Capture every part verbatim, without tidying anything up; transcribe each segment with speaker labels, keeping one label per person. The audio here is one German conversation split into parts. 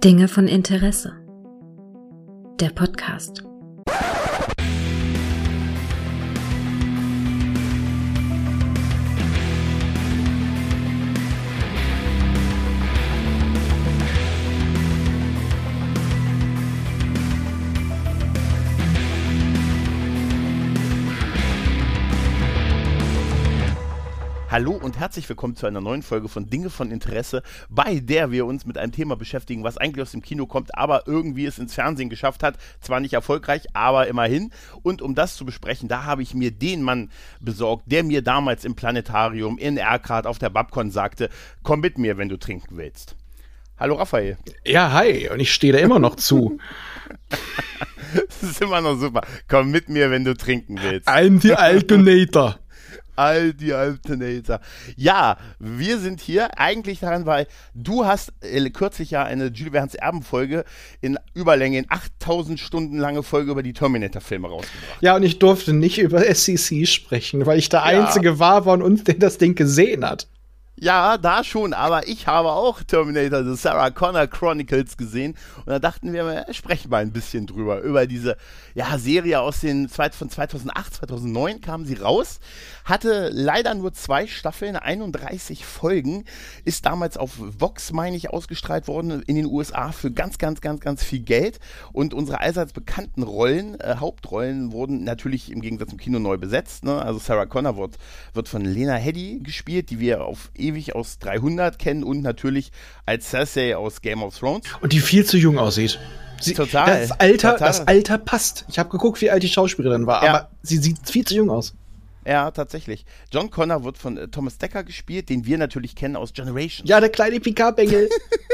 Speaker 1: Dinge von Interesse. Der Podcast.
Speaker 2: Hallo und herzlich willkommen zu einer neuen Folge von Dinge von Interesse, bei der wir uns mit einem Thema beschäftigen, was eigentlich aus dem Kino kommt, aber irgendwie es ins Fernsehen geschafft hat. Zwar nicht erfolgreich, aber immerhin. Und um das zu besprechen, da habe ich mir den Mann besorgt, der mir damals im Planetarium in Erkrath auf der Babcon sagte, komm mit mir, wenn du trinken willst. Hallo Raphael.
Speaker 3: Ja, hi. Und ich stehe da immer noch zu.
Speaker 2: Das ist immer noch super. Komm mit mir, wenn du trinken willst.
Speaker 3: I'm the Alternator.
Speaker 2: All die Alternator. Ja, wir sind hier eigentlich daran, weil du hast äh, kürzlich ja eine Jules Verne's Erben-Folge in Überlänge, in achttausend Stunden lange Folge über die Terminator-Filme rausgebracht.
Speaker 3: Ja, und ich durfte nicht über S C C sprechen, weil ich der
Speaker 2: Ja.
Speaker 3: Einzige war von uns, der das Ding gesehen hat.
Speaker 2: Ja, da schon, aber ich habe auch Terminator, The Sarah Connor Chronicles gesehen und da dachten wir, wir sprechen mal ein bisschen drüber, über diese ja, Serie aus den, von zweitausendacht, zweitausendneun kam sie raus, hatte leider nur zwei Staffeln, einunddreißig Folgen, ist damals auf Vox, meine ich, ausgestrahlt worden in den U S A für ganz, ganz, ganz, ganz viel Geld und unsere allseits bekannten Rollen, äh, Hauptrollen wurden natürlich im Gegensatz zum Kino neu besetzt, ne? Also Sarah Connor wird, wird von Lena Headey gespielt, die wir auf ewig aus dreihundert kennen und natürlich als Cersei aus Game of Thrones.
Speaker 3: Und die viel zu jung aussieht. Sie,
Speaker 2: Total.
Speaker 3: Das Alter,
Speaker 2: Total.
Speaker 3: das Alter passt. Ich habe geguckt, wie alt die Schauspielerin war,
Speaker 2: Ja.
Speaker 3: aber sie sieht viel zu jung aus.
Speaker 2: Ja, tatsächlich. John Connor wird von äh, Thomas Dekker gespielt, den wir natürlich kennen aus Generations.
Speaker 3: Ja, der kleine Picard-Bengel.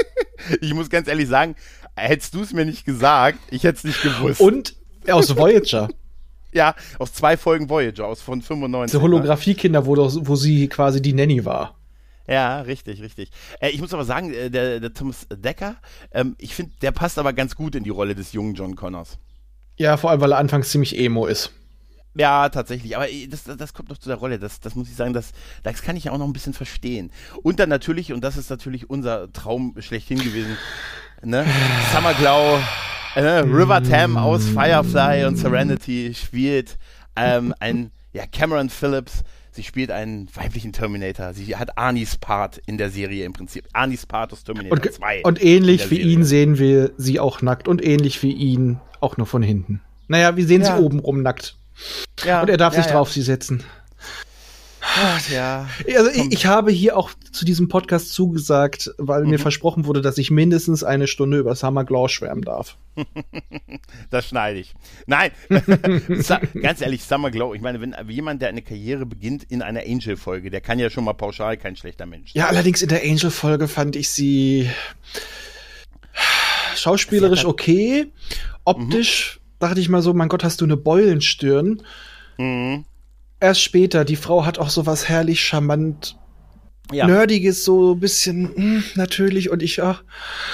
Speaker 2: Ich muss ganz ehrlich sagen, hättest du es mir nicht gesagt, ich hätte es nicht gewusst.
Speaker 3: Und aus Voyager.
Speaker 2: Ja, aus zwei Folgen Voyager, aus von fünfundneunzig.
Speaker 3: Diese Holographie-Kinder, wo, das- wo sie quasi die Nanny war.
Speaker 2: Ja, richtig, richtig. Äh, ich muss aber sagen, äh, der, der Thomas Dekker, ähm, ich finde, der passt aber ganz gut in die Rolle des jungen John Connors.
Speaker 3: Ja, vor allem, weil er anfangs ziemlich emo ist.
Speaker 2: Ja, tatsächlich, aber äh, das, das kommt noch zu der Rolle, das, das muss ich sagen, das, das kann ich ja auch noch ein bisschen verstehen. Und dann natürlich, und das ist natürlich unser Traum schlechthin gewesen, ne? Summer Glau, äh, River Tam aus Firefly und Serenity spielt ähm, ein, ja, Cameron Phillips, sie spielt einen weiblichen Terminator, sie hat Arnie's Part in der Serie im Prinzip, Arnie's Part aus Terminator
Speaker 3: Und,
Speaker 2: zwei.
Speaker 3: und
Speaker 2: in
Speaker 3: ähnlich
Speaker 2: der
Speaker 3: wie
Speaker 2: Serie.
Speaker 3: ihn sehen wir sie auch nackt und ähnlich wie ihn auch nur von hinten. Naja, wir sehen
Speaker 2: Ja.
Speaker 3: sie obenrum nackt.
Speaker 2: Ja,
Speaker 3: Und er darf
Speaker 2: ja,
Speaker 3: sich
Speaker 2: ja.
Speaker 3: drauf sie setzen.
Speaker 2: Ach, ja.
Speaker 3: Also ich, ich habe hier auch zu diesem Podcast zugesagt, weil
Speaker 2: Mhm.
Speaker 3: mir versprochen wurde, dass ich mindestens eine Stunde über Summer Glau schwärmen darf.
Speaker 2: Das schneide ich. Nein, Sa- ganz ehrlich, Summer Glau, ich meine, wenn jemand, der eine Karriere beginnt in einer Angel-Folge, der kann ja schon mal pauschal kein schlechter Mensch sein.
Speaker 3: Ja, allerdings in der Angel-Folge fand ich sie schauspielerisch okay. Optisch dachte ich mal so, mein Gott, hast du eine Beulenstirn.
Speaker 2: Mhm.
Speaker 3: Erst später, die Frau hat auch so was herrlich charmant
Speaker 2: Ja.
Speaker 3: Nerdiges, so ein bisschen mh, natürlich und ich ach,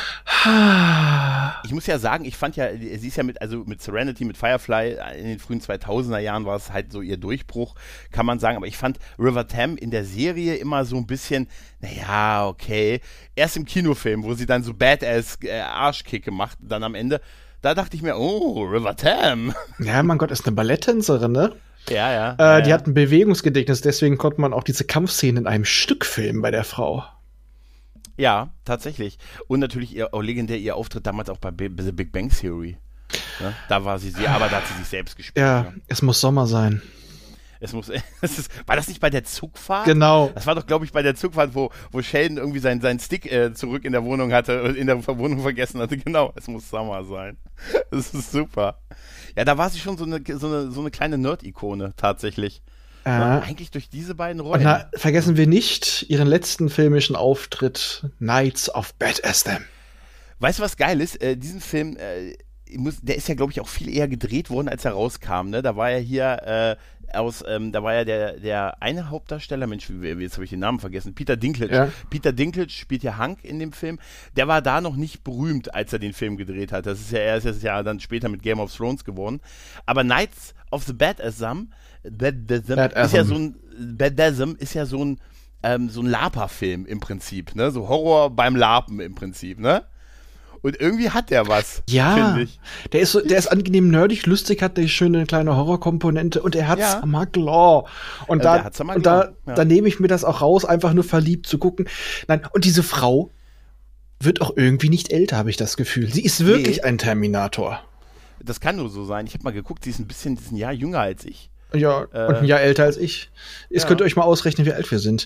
Speaker 2: Ich muss ja sagen, ich fand ja, sie ist ja mit, also mit Serenity, mit Firefly, in den frühen zweitausender Jahren war es halt so ihr Durchbruch, kann man sagen, aber ich fand River Tam in der Serie immer so ein bisschen, naja, okay, erst im Kinofilm, wo sie dann so Badass äh, Arschkicke macht, dann am Ende, da dachte ich mir, oh, River Tam.
Speaker 3: ja, mein Gott, ist eine Balletttänzerin, ne?
Speaker 2: Ja, ja.
Speaker 3: Äh,
Speaker 2: ja,
Speaker 3: die
Speaker 2: ja.
Speaker 3: hat ein Bewegungsgedächtnis, deswegen konnte man auch diese Kampfszenen in einem Stück filmen bei der Frau.
Speaker 2: Ja, tatsächlich. Und natürlich ihr, auch legendär ihr Auftritt damals auch bei B- The Big Bang Theory. Ne? Da war sie, sie, aber da hat sie sich selbst gespielt.
Speaker 3: Ja,
Speaker 2: Ja.
Speaker 3: es muss Sommer sein.
Speaker 2: Es muss, es ist, war das nicht bei der Zugfahrt?
Speaker 3: Genau.
Speaker 2: Das war doch, glaube ich, bei der Zugfahrt, wo, wo Sheldon irgendwie seinen, seinen Stick äh, zurück in der Wohnung hatte, in der Wohnung vergessen hatte. Genau, es muss Sommer sein. Das ist super. Ja, da war sie schon so eine, so eine, so eine kleine Nerd-Ikone, tatsächlich.
Speaker 3: Äh,
Speaker 2: Ja, eigentlich durch diese beiden
Speaker 3: und
Speaker 2: Rollen.
Speaker 3: na, vergessen wir nicht ihren letzten filmischen Auftritt, Knights of Badass Them.
Speaker 2: Weißt du, was geil ist? Äh, diesen Film, äh, ich muss, der ist ja, glaube ich, auch viel eher gedreht worden, als er rauskam. Ne? Da war ja hier äh, aus, ähm, da war ja der, der eine Hauptdarsteller, Mensch, wie, wie, jetzt habe ich den Namen vergessen, Peter Dinklage.
Speaker 3: Ja.
Speaker 2: Peter Dinklage spielt ja Hank in dem Film. Der war da noch nicht berühmt, als er den Film gedreht hat. Das ist ja, er ist jetzt ja dann später mit Game of Thrones geworden. Aber Knights of the Badassam, Badassam ist ja so ein, Badassam ist ja so ein, ähm, so ein Laper-Film im Prinzip, ne? So Horror beim Lapen im Prinzip, ne? Und irgendwie hat der was,
Speaker 3: ja,
Speaker 2: finde ich.
Speaker 3: Der ist so, der ist angenehm nerdig, lustig, hat eine schöne kleine Horrorkomponente und er hat
Speaker 2: Ja.
Speaker 3: Summerglaw. Und
Speaker 2: Ja,
Speaker 3: da,
Speaker 2: der hat Summerglaw,
Speaker 3: und da,
Speaker 2: ja.
Speaker 3: da nehme ich mir das auch raus, einfach nur verliebt zu gucken. Nein, und diese Frau wird auch irgendwie nicht älter, habe ich das Gefühl. Sie ist wirklich
Speaker 2: Nee.
Speaker 3: ein Terminator.
Speaker 2: Das kann nur so sein. Ich habe mal geguckt, sie ist ein bisschen, die ist ein Jahr jünger als ich.
Speaker 3: Ja,
Speaker 2: Äh,
Speaker 3: und ein Jahr älter als ich. Jetzt
Speaker 2: ja.
Speaker 3: könnt ihr euch mal ausrechnen, wie alt wir sind.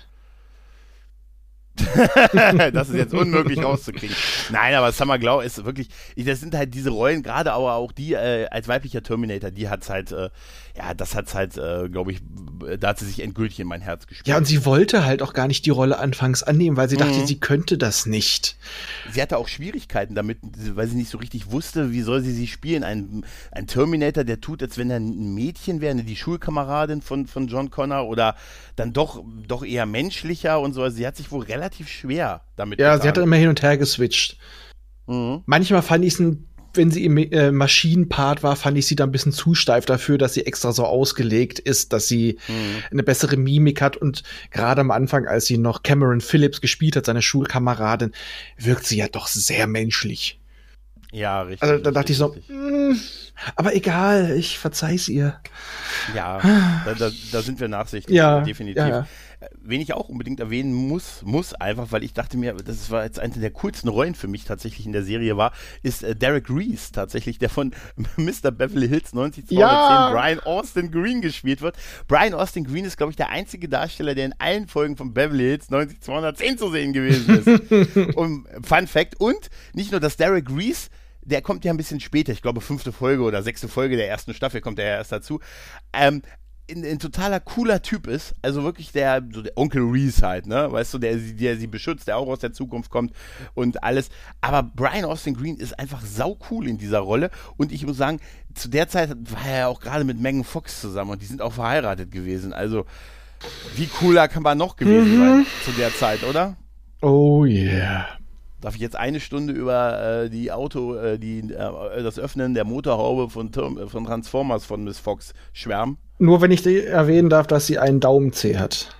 Speaker 2: Das ist jetzt unmöglich rauszukriegen. Nein, aber Summer Glau ist wirklich, das sind halt diese Rollen, gerade aber auch die äh, als weiblicher Terminator, die hat's halt, äh, ja, das hat's halt, äh, glaube ich, da hat sie sich endgültig in mein Herz gespielt.
Speaker 3: Ja, und sie wollte halt auch gar nicht die Rolle anfangs annehmen, weil sie
Speaker 2: Mhm.
Speaker 3: dachte, sie könnte das nicht.
Speaker 2: Sie hatte auch Schwierigkeiten damit, weil sie nicht so richtig wusste, wie soll sie sie spielen. Ein, ein Terminator, der tut, als wenn er ein Mädchen wäre, die Schulkameradin von, von John Connor oder dann doch, doch eher menschlicher und so. Also sie hat sich wohl relativ schwer damit
Speaker 3: Ja,
Speaker 2: getan.
Speaker 3: sie hat dann immer hin und her geswitcht.
Speaker 2: Mhm.
Speaker 3: Manchmal fand ich es, wenn sie im äh, Maschinenpart war, fand ich sie da ein bisschen zu steif dafür, dass sie extra so ausgelegt ist, dass sie
Speaker 2: Mhm.
Speaker 3: eine bessere Mimik hat. Und gerade am Anfang, als sie noch Cameron Phillips gespielt hat, seine Schulkameradin, wirkt sie ja doch sehr menschlich.
Speaker 2: Ja, richtig.
Speaker 3: Also da dachte
Speaker 2: richtig,
Speaker 3: ich so,
Speaker 2: richtig.
Speaker 3: "Mm, aber egal, ich verzeih's ihr.
Speaker 2: Ja, da, da, da sind wir nachsichtig,
Speaker 3: Ja,
Speaker 2: definitiv.
Speaker 3: ja, ja.
Speaker 2: Wen ich auch unbedingt erwähnen muss, muss einfach, weil ich dachte mir, das war jetzt eine der coolsten Rollen für mich tatsächlich in der Serie war, ist äh, Derek Reese tatsächlich, der von Mister Beverly Hills neunzig zweihundertzehn
Speaker 3: Ja.
Speaker 2: Brian Austin Green gespielt wird. Brian Austin Green ist, glaube ich, der einzige Darsteller, der in allen Folgen von Beverly Hills neunzig zweihundertzehn zu sehen gewesen ist. Und Fun Fact, und nicht nur, dass Derek Reese, der kommt ja ein bisschen später, ich glaube fünfte Folge oder sechste Folge der ersten Staffel kommt er ja erst dazu, ähm, ein, ein totaler cooler Typ ist, also wirklich der, so der Onkel Reese halt, ne, weißt du, der, sie- der sie beschützt, der auch aus der Zukunft kommt und alles, aber Brian Austin Green ist einfach sau cool in dieser Rolle und ich muss sagen, zu der Zeit war er ja auch gerade mit Megan Fox zusammen und die sind auch verheiratet gewesen, also wie cooler kann man noch gewesen sein zu der Zeit, oder?
Speaker 3: Oh yeah.
Speaker 2: Darf ich jetzt eine Stunde über äh, die Auto, äh, die, äh, das Öffnen der Motorhaube von, Term- von Transformers von Miss Fox schwärmen?
Speaker 3: Nur wenn ich die erwähnen darf, dass sie einen Daumenzeh hat.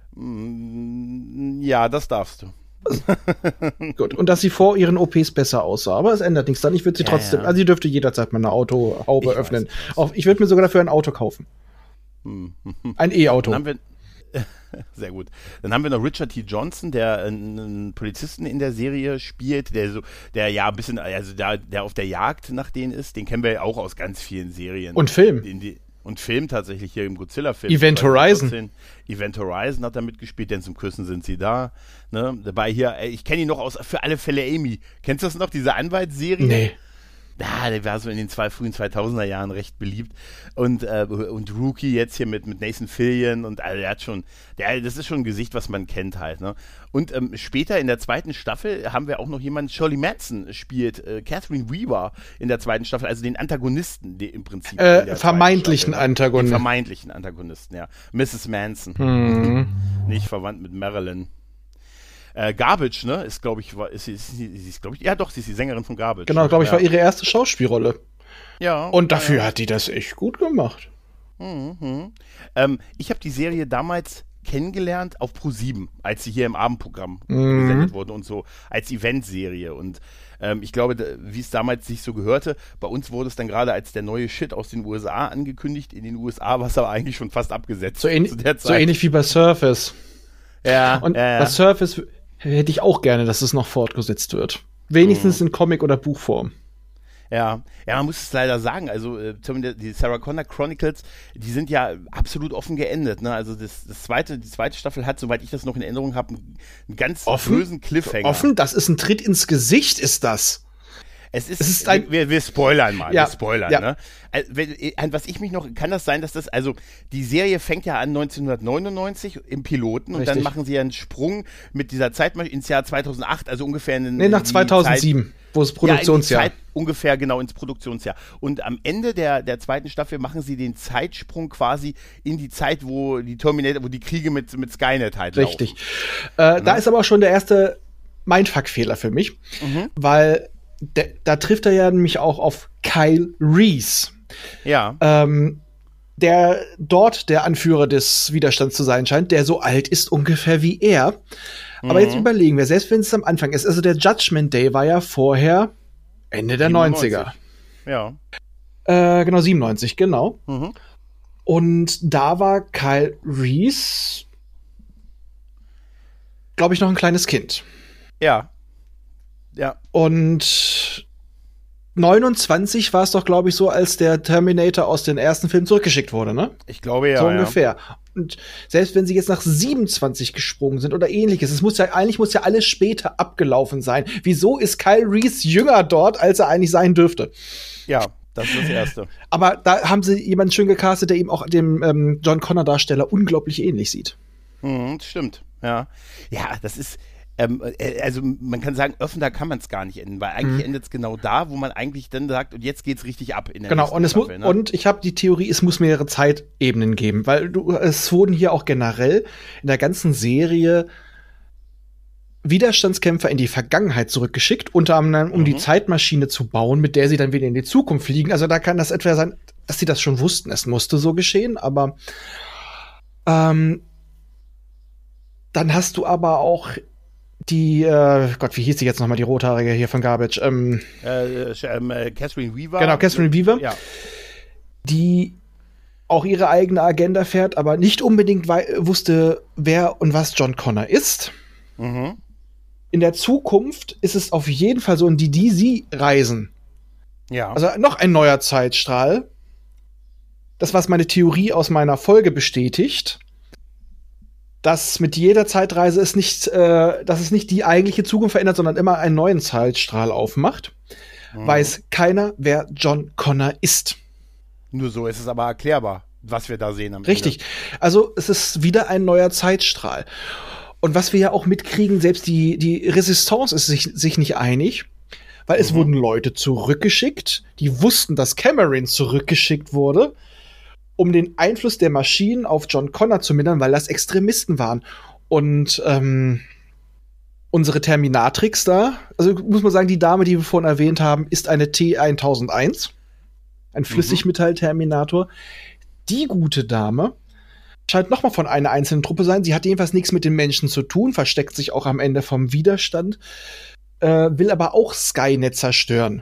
Speaker 2: Mm, ja, das darfst du.
Speaker 3: Gut. Und dass sie vor ihren O Ps besser aussah. Aber es ändert nichts dann. Ich würde sie
Speaker 2: Ja,
Speaker 3: trotzdem,
Speaker 2: ja.
Speaker 3: also sie dürfte jederzeit mal eine Autohaube
Speaker 2: Ich
Speaker 3: öffnen.
Speaker 2: weiß, ich weiß.
Speaker 3: Auch, ich würde mir sogar dafür ein Auto kaufen.
Speaker 2: Hm.
Speaker 3: Ein E-Auto.
Speaker 2: Dann haben wir, sehr gut. Dann haben wir noch Richard T. Johnson, der einen, einen Polizisten in der Serie spielt, der so, der ja ein bisschen, also der, der auf der Jagd nach denen ist. Den kennen wir ja auch aus ganz vielen Serien.
Speaker 3: Und Film.
Speaker 2: In die, und Film tatsächlich hier im Godzilla-Film.
Speaker 3: Event Horizon.
Speaker 2: zweitausendvierzehn. Event Horizon hat da mitgespielt, denn zum Küssen sind sie da. Ne? Dabei hier, ey, ich kenne ihn noch aus Für alle Fälle Amy. Kennst du das noch, diese Anwaltsserie?
Speaker 3: Nee.
Speaker 2: Ja, der war so in den zwei, frühen zweitausender Jahren recht beliebt. Und, äh, und Rookie jetzt hier mit, mit Nathan Fillion und also der hat schon, der, das ist schon ein Gesicht, was man kennt halt. Ne? Und ähm, später in der zweiten Staffel haben wir auch noch jemanden, Shirley Manson spielt äh, Catherine Weaver in der zweiten Staffel, also den Antagonisten die im Prinzip.
Speaker 3: Äh,
Speaker 2: in der
Speaker 3: vermeintlichen
Speaker 2: zweiten Staffel, ne?
Speaker 3: Antagonisten.
Speaker 2: Den vermeintlichen Antagonisten, ja. Misses Manson.
Speaker 3: Mhm.
Speaker 2: Nicht verwandt mit Marilyn. Äh, Garbage, ne, ist, glaube ich, war, ist, sie- ist, sie- sie ist, glaube ich, ja doch, sie ist die Sängerin von Garbage.
Speaker 3: Genau, glaube ich,
Speaker 2: ja.
Speaker 3: war ihre erste Schauspielrolle.
Speaker 2: Ja.
Speaker 3: Und dafür
Speaker 2: ja.
Speaker 3: hat die das echt gut gemacht.
Speaker 2: Mhm. Ähm, ich habe die Serie damals kennengelernt auf ProSieben, als sie hier im Abendprogramm
Speaker 3: Mhm.
Speaker 2: gesendet wurden und so als Eventserie. Und ähm, ich glaube, da- wie es damals sich so gehörte, bei uns wurde es dann gerade als der neue Shit aus den U S A angekündigt. In den U S A war es aber eigentlich schon fast abgesetzt.
Speaker 3: So, ähn
Speaker 2: zu der
Speaker 3: so
Speaker 2: Zeit.
Speaker 3: ähnlich wie bei Surface.
Speaker 2: Ja,
Speaker 3: Und
Speaker 2: ja, ja.
Speaker 3: bei Surface hätte ich auch gerne, dass es noch fortgesetzt wird. Wenigstens in Comic- oder Buchform.
Speaker 2: Ja, ja, man muss es leider sagen, also äh, zumindest die Sarah Connor Chronicles, die sind ja absolut offen geendet, ne? Also das, das zweite, die zweite Staffel hat, soweit ich das noch in Erinnerung habe, einen, einen ganz
Speaker 3: Offen?
Speaker 2: bösen Cliffhanger.
Speaker 3: Offen? Das ist ein Tritt ins Gesicht, ist das.
Speaker 2: Es ist,
Speaker 3: Es ist ein-
Speaker 2: wir, wir spoilern mal,
Speaker 3: Ja,
Speaker 2: wir spoilern,
Speaker 3: ja.
Speaker 2: ne? Also, wenn, an was ich mich noch, kann das sein, dass das, also die Serie fängt ja an neunzehnhundertneunundneunzig im Piloten und dann
Speaker 3: Richtig.
Speaker 2: machen sie ja einen Sprung mit dieser Zeitmaschine ins Jahr zweitausendacht, also ungefähr in,
Speaker 3: Nee, nach
Speaker 2: in die
Speaker 3: zweitausendsieben, wo es Produktionsjahr.
Speaker 2: Ja, in die Zeit, ungefähr genau ins Produktionsjahr. Und am Ende der, der zweiten Staffel machen sie den Zeitsprung quasi in die Zeit, wo die Terminator, wo die Kriege mit, mit Skynet halt
Speaker 3: Richtig.
Speaker 2: laufen.
Speaker 3: Äh, Da ist aber auch schon der erste Mindfuck-Fehler für mich,
Speaker 2: Mhm.
Speaker 3: weil de- da trifft er ja nämlich auch auf Kyle Reese,
Speaker 2: Ja.
Speaker 3: ähm, der dort der Anführer des Widerstands zu sein scheint, der so alt ist ungefähr wie er. Aber mhm. jetzt überlegen wir, selbst wenn es am Anfang ist, also der Judgment Day war ja vorher Ende der
Speaker 2: siebenundneunzig.
Speaker 3: neunziger.
Speaker 2: Ja.
Speaker 3: Äh, genau, siebenundneunzig, genau.
Speaker 2: Mhm.
Speaker 3: Und da war Kyle Reese, glaube ich, noch ein kleines Kind.
Speaker 2: Ja. Ja.
Speaker 3: Und neunundzwanzig war es doch, glaube ich, so, als der Terminator aus den ersten Filmen zurückgeschickt wurde, ne?
Speaker 2: Ich glaube ja.
Speaker 3: So ungefähr. Ja. Und selbst wenn sie jetzt nach siebenundzwanzig gesprungen sind oder ähnliches, es muss ja, eigentlich muss ja alles später abgelaufen sein. Wieso ist Kyle Reese jünger dort, als er eigentlich sein dürfte?
Speaker 2: Ja, das ist das Erste.
Speaker 3: Aber da haben sie jemanden schön gecastet, der eben auch dem ähm, John Connor-Darsteller unglaublich ähnlich sieht.
Speaker 2: Mhm, stimmt, ja. Ja, das ist Ähm, also man kann sagen, öffner kann man es gar nicht enden, weil eigentlich mhm. endet es genau da, wo man eigentlich dann sagt, und jetzt geht's richtig ab in der
Speaker 3: Genau, und es
Speaker 2: Staffel,
Speaker 3: muss,
Speaker 2: ne?
Speaker 3: und ich habe die Theorie, es muss mehrere Zeitebenen geben, weil du, es wurden hier auch generell in der ganzen Serie Widerstandskämpfer in die Vergangenheit zurückgeschickt, unter anderem um mhm. die Zeitmaschine zu bauen, mit der sie dann wieder in die Zukunft fliegen. Also da kann das etwa sein, dass sie das schon wussten, es musste so geschehen, aber ähm, dann hast du aber auch die, äh, Gott, wie hieß die jetzt nochmal, die Rothaarige hier von Garbage? Ähm,
Speaker 2: äh, äh, Catherine Weaver.
Speaker 3: Genau, Catherine Weaver.
Speaker 2: Ja.
Speaker 3: Die auch ihre eigene Agenda fährt, aber nicht unbedingt wusste, wer und was John Connor ist.
Speaker 2: Mhm.
Speaker 3: In der Zukunft ist es auf jeden Fall so, in die D C-Reisen.
Speaker 2: Ja.
Speaker 3: Also noch ein neuer Zeitstrahl. Das, was meine Theorie aus meiner Folge bestätigt, dass mit jeder Zeitreise es nicht, äh, dass es nicht die eigentliche Zukunft verändert, sondern immer einen neuen Zeitstrahl aufmacht, mhm. weiß keiner, wer John Connor ist.
Speaker 2: Nur so ist es aber erklärbar, was wir da sehen am
Speaker 3: Richtig.
Speaker 2: Ende.
Speaker 3: Also es ist wieder ein neuer Zeitstrahl. Und was wir ja auch mitkriegen, selbst die, die Resistance ist sich, sich nicht einig, weil es mhm. wurden Leute zurückgeschickt, die wussten, dass Cameron zurückgeschickt wurde, um den Einfluss der Maschinen auf John Connor zu mindern, weil das Extremisten waren. Und ähm, unsere Terminatrix da, also muss man sagen, die Dame, die wir vorhin erwähnt haben, ist eine T tausendeins, ein Flüssigmetall-Terminator. Die gute Dame scheint noch mal von einer einzelnen Truppe sein. Sie hat jedenfalls nichts mit den Menschen zu tun, versteckt sich auch am Ende vom Widerstand, äh, will aber auch Skynet zerstören.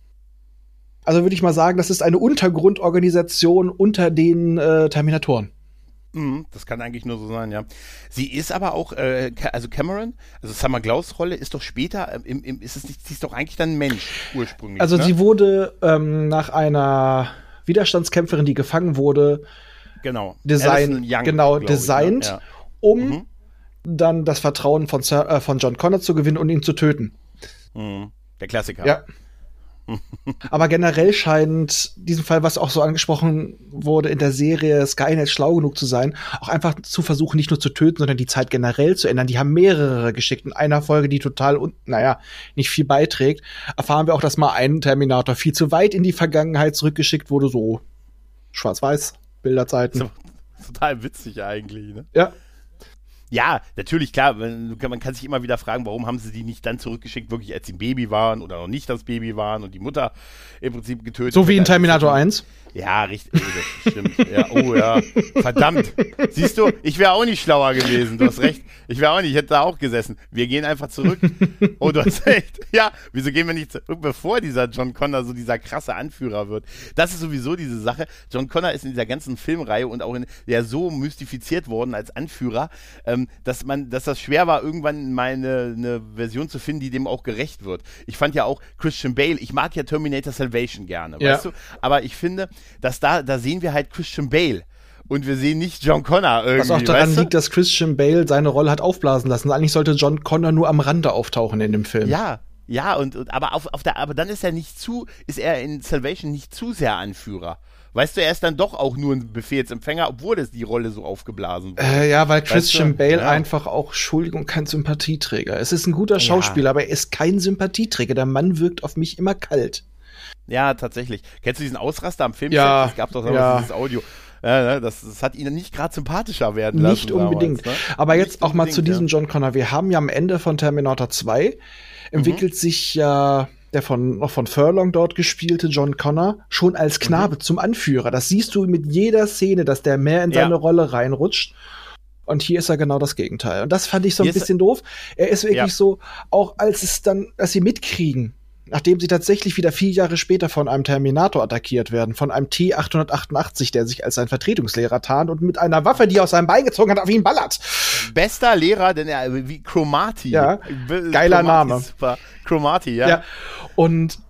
Speaker 3: Also würde ich mal sagen, das ist eine Untergrundorganisation unter den äh, Terminatoren.
Speaker 2: Mm, das kann eigentlich nur so sein, ja. Sie ist aber auch, äh, also Cameron, also Summer Glaus Rolle ist doch später, äh, im, im, ist es nicht, sie ist doch eigentlich dann ein Mensch ursprünglich.
Speaker 3: Also
Speaker 2: ne?
Speaker 3: sie wurde ähm, nach einer Widerstandskämpferin, die gefangen wurde,
Speaker 2: genau,
Speaker 3: design,
Speaker 2: Young,
Speaker 3: genau
Speaker 2: ich,
Speaker 3: designt,
Speaker 2: ne? ja.
Speaker 3: um
Speaker 2: mhm.
Speaker 3: dann das Vertrauen von, Sir, äh, von John Connor zu gewinnen und ihn zu töten.
Speaker 2: Mhm. Der Klassiker.
Speaker 3: Ja. Aber generell scheint diesen Fall, was auch so angesprochen wurde in der Serie, Skynet schlau genug zu sein, auch einfach zu versuchen, nicht nur zu töten, sondern die Zeit generell zu ändern. Die haben mehrere geschickt. In einer Folge, die total, un- naja, nicht viel beiträgt, erfahren wir auch, dass mal ein Terminator viel zu weit in die Vergangenheit zurückgeschickt wurde, so schwarz-weiß, Bilderzeiten.
Speaker 2: So, total witzig eigentlich, ne?
Speaker 3: Ja.
Speaker 2: Ja, natürlich, klar, man kann sich immer wieder fragen, warum haben sie die nicht dann zurückgeschickt, wirklich als sie ein Baby waren oder noch nicht das Baby waren und die Mutter im Prinzip getötet.
Speaker 3: So wie in Terminator eins?
Speaker 2: Ja, richtig, das stimmt. Ja, oh ja, verdammt. Siehst du, ich wäre auch nicht schlauer gewesen, du hast recht. Ich wäre auch nicht, ich hätte da auch gesessen. Wir gehen einfach zurück. Oh, du hast recht. Ja, wieso gehen wir nicht zurück, bevor dieser John Connor so dieser krasse Anführer wird? Das ist sowieso diese Sache. John Connor ist in dieser ganzen Filmreihe und auch in der so mystifiziert worden als Anführer, ähm, dass man, dass das schwer war, irgendwann mal eine, eine Version zu finden, die dem auch gerecht wird. Ich fand ja auch Christian Bale, ich mag ja Terminator Salvation gerne, ja. weißt du? Aber ich finde, dass da, da sehen wir halt Christian Bale und wir sehen nicht John Connor irgendwie.
Speaker 3: Was auch daran
Speaker 2: weißt du?
Speaker 3: liegt, dass Christian Bale seine Rolle hat aufblasen lassen. Eigentlich sollte John Connor nur am Rande auftauchen in dem Film.
Speaker 2: Ja, ja, und, und aber auf, auf der, aber dann ist er nicht zu, ist er in Salvation nicht zu sehr Anführer. Weißt du, er ist dann doch auch nur ein Befehlsempfänger, obwohl es die Rolle so aufgeblasen wurde.
Speaker 3: Äh, ja, weil Christian
Speaker 2: weißt du?
Speaker 3: Bale
Speaker 2: ja.
Speaker 3: einfach auch, Entschuldigung, kein Sympathieträger. Es ist ein guter Schauspieler, ja. aber er ist kein Sympathieträger. Der Mann wirkt auf mich immer kalt.
Speaker 2: Ja, tatsächlich. Kennst du diesen Ausraster am Filmset?
Speaker 3: Ja.
Speaker 2: Es gab doch
Speaker 3: ja.
Speaker 2: dieses Audio. Ja, das, das hat ihn nicht gerade sympathischer werden lassen.
Speaker 3: Nicht unbedingt.
Speaker 2: Damals, ne?
Speaker 3: Aber
Speaker 2: nicht
Speaker 3: jetzt auch mal zu diesem ja. John Connor. Wir haben ja am Ende von Terminator zwei entwickelt mhm. sich ja der von, noch von Furlong dort gespielte John Connor schon als Knabe mhm. zum Anführer. Das siehst du mit jeder Szene, dass der mehr in seine ja. Rolle reinrutscht. Und hier ist er genau das Gegenteil. Und das fand ich so ein
Speaker 2: Hier ist-
Speaker 3: bisschen doof. Er ist wirklich
Speaker 2: Ja.
Speaker 3: so, auch als es dann, als sie mitkriegen, nachdem sie tatsächlich wieder vier Jahre später von einem Terminator attackiert werden, von einem T achthundertachtundachtzig, der sich als sein Vertretungslehrer tarnt und mit einer Waffe, die er aus seinem Bein gezogen hat, auf ihn ballert.
Speaker 2: Bester Lehrer, denn er wie Chromati.
Speaker 3: Ja,
Speaker 2: B-
Speaker 3: geiler
Speaker 2: Chromati
Speaker 3: Name.
Speaker 2: ist Super. Chromati, ja.
Speaker 3: Ja. Und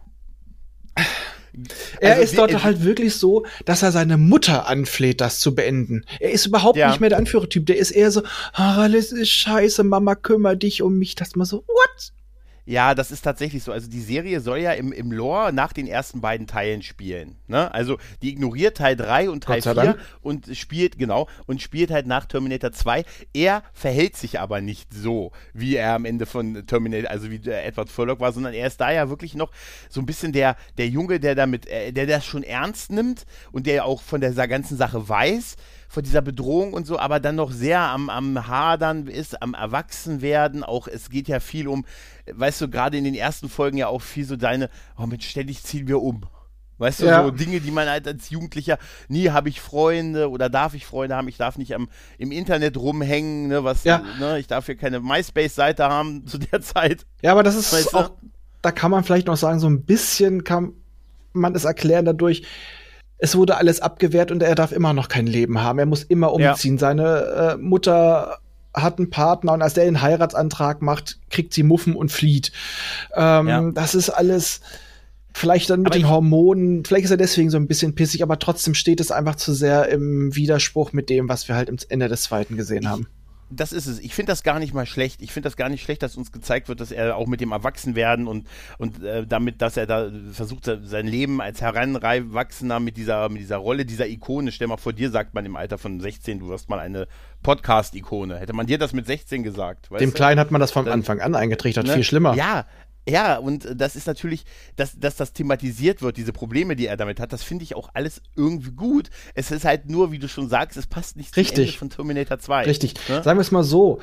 Speaker 3: er
Speaker 2: Also
Speaker 3: ist
Speaker 2: die-
Speaker 3: dort halt wirklich so, dass er seine Mutter anfleht, das zu beenden. Er ist überhaupt
Speaker 2: Ja.
Speaker 3: nicht mehr der Anführertyp. Der ist eher so, ah, alles ist scheiße, Mama, kümmere dich um mich. Das mal so, what?
Speaker 2: Ja, das ist tatsächlich so. Also die Serie soll ja im, im Lore nach den ersten beiden Teilen spielen. Ne? Also die ignoriert Teil drei und Teil
Speaker 3: Gott sei
Speaker 2: vier
Speaker 3: Dank.
Speaker 2: und spielt, genau, und spielt halt nach Terminator zwei. Er verhält sich aber nicht so, wie er am Ende von Terminator, also wie der Edward Furlong war, sondern er ist da ja wirklich noch so ein bisschen der, der Junge, der damit, äh, der das schon ernst nimmt und der auch von dieser ganzen Sache weiß, von dieser Bedrohung und so, aber dann noch sehr am, am Hadern ist, am Erwachsenwerden. Auch es geht ja viel um, weißt du, gerade in den ersten Folgen ja auch viel so deine, oh Mensch, ständig ziehen wir um. Weißt du,
Speaker 3: Ja.
Speaker 2: so Dinge, die man halt als Jugendlicher, nie habe ich Freunde oder darf ich Freunde haben, ich darf nicht am, im Internet rumhängen, ne, was,
Speaker 3: Ja.
Speaker 2: ne, ich darf hier keine MySpace-Seite haben zu der Zeit.
Speaker 3: Ja, aber das ist
Speaker 2: Weißt du?
Speaker 3: auch, da kann man vielleicht noch sagen, so ein bisschen kann man es erklären dadurch, es wurde alles abgewehrt und er darf immer noch kein Leben haben. Er muss immer
Speaker 2: Ja.
Speaker 3: umziehen. Seine äh, Mutter hat einen Partner und als der den Heiratsantrag macht, kriegt sie Muffen und flieht. Ähm,
Speaker 2: Ja.
Speaker 3: Das ist alles vielleicht dann mit
Speaker 2: Aber
Speaker 3: den
Speaker 2: ich-
Speaker 3: Hormonen, vielleicht ist er deswegen so ein bisschen pissig, aber trotzdem steht es einfach zu sehr im Widerspruch mit dem, was wir halt am Ende des Zweiten gesehen haben.
Speaker 2: Das ist es. Ich finde das gar nicht mal schlecht. Ich finde das gar nicht schlecht, dass uns gezeigt wird, dass er auch mit dem Erwachsenwerden und, und äh, damit, dass er da versucht, sein Leben als Heranwachsender mit dieser, mit dieser Rolle, dieser Ikone, stell mal vor dir, sagt man im Alter von sechzehn, du wirst mal eine Podcast-Ikone. Hätte man dir das mit sechzehn gesagt? Weißt
Speaker 3: Dem
Speaker 2: du?
Speaker 3: Kleinen hat man das von
Speaker 2: Dann-
Speaker 3: Anfang an eingetrichtert,
Speaker 2: Ne?
Speaker 3: viel schlimmer.
Speaker 2: Ja, ja, und das ist natürlich, dass, dass das thematisiert wird, diese Probleme, die er damit hat, das finde ich auch alles irgendwie gut. Es ist halt nur, wie du schon sagst, es passt nicht zum
Speaker 3: Richtig.
Speaker 2: Ende von Terminator zwei.
Speaker 3: Richtig.
Speaker 2: Ne?
Speaker 3: Sagen wir es mal so,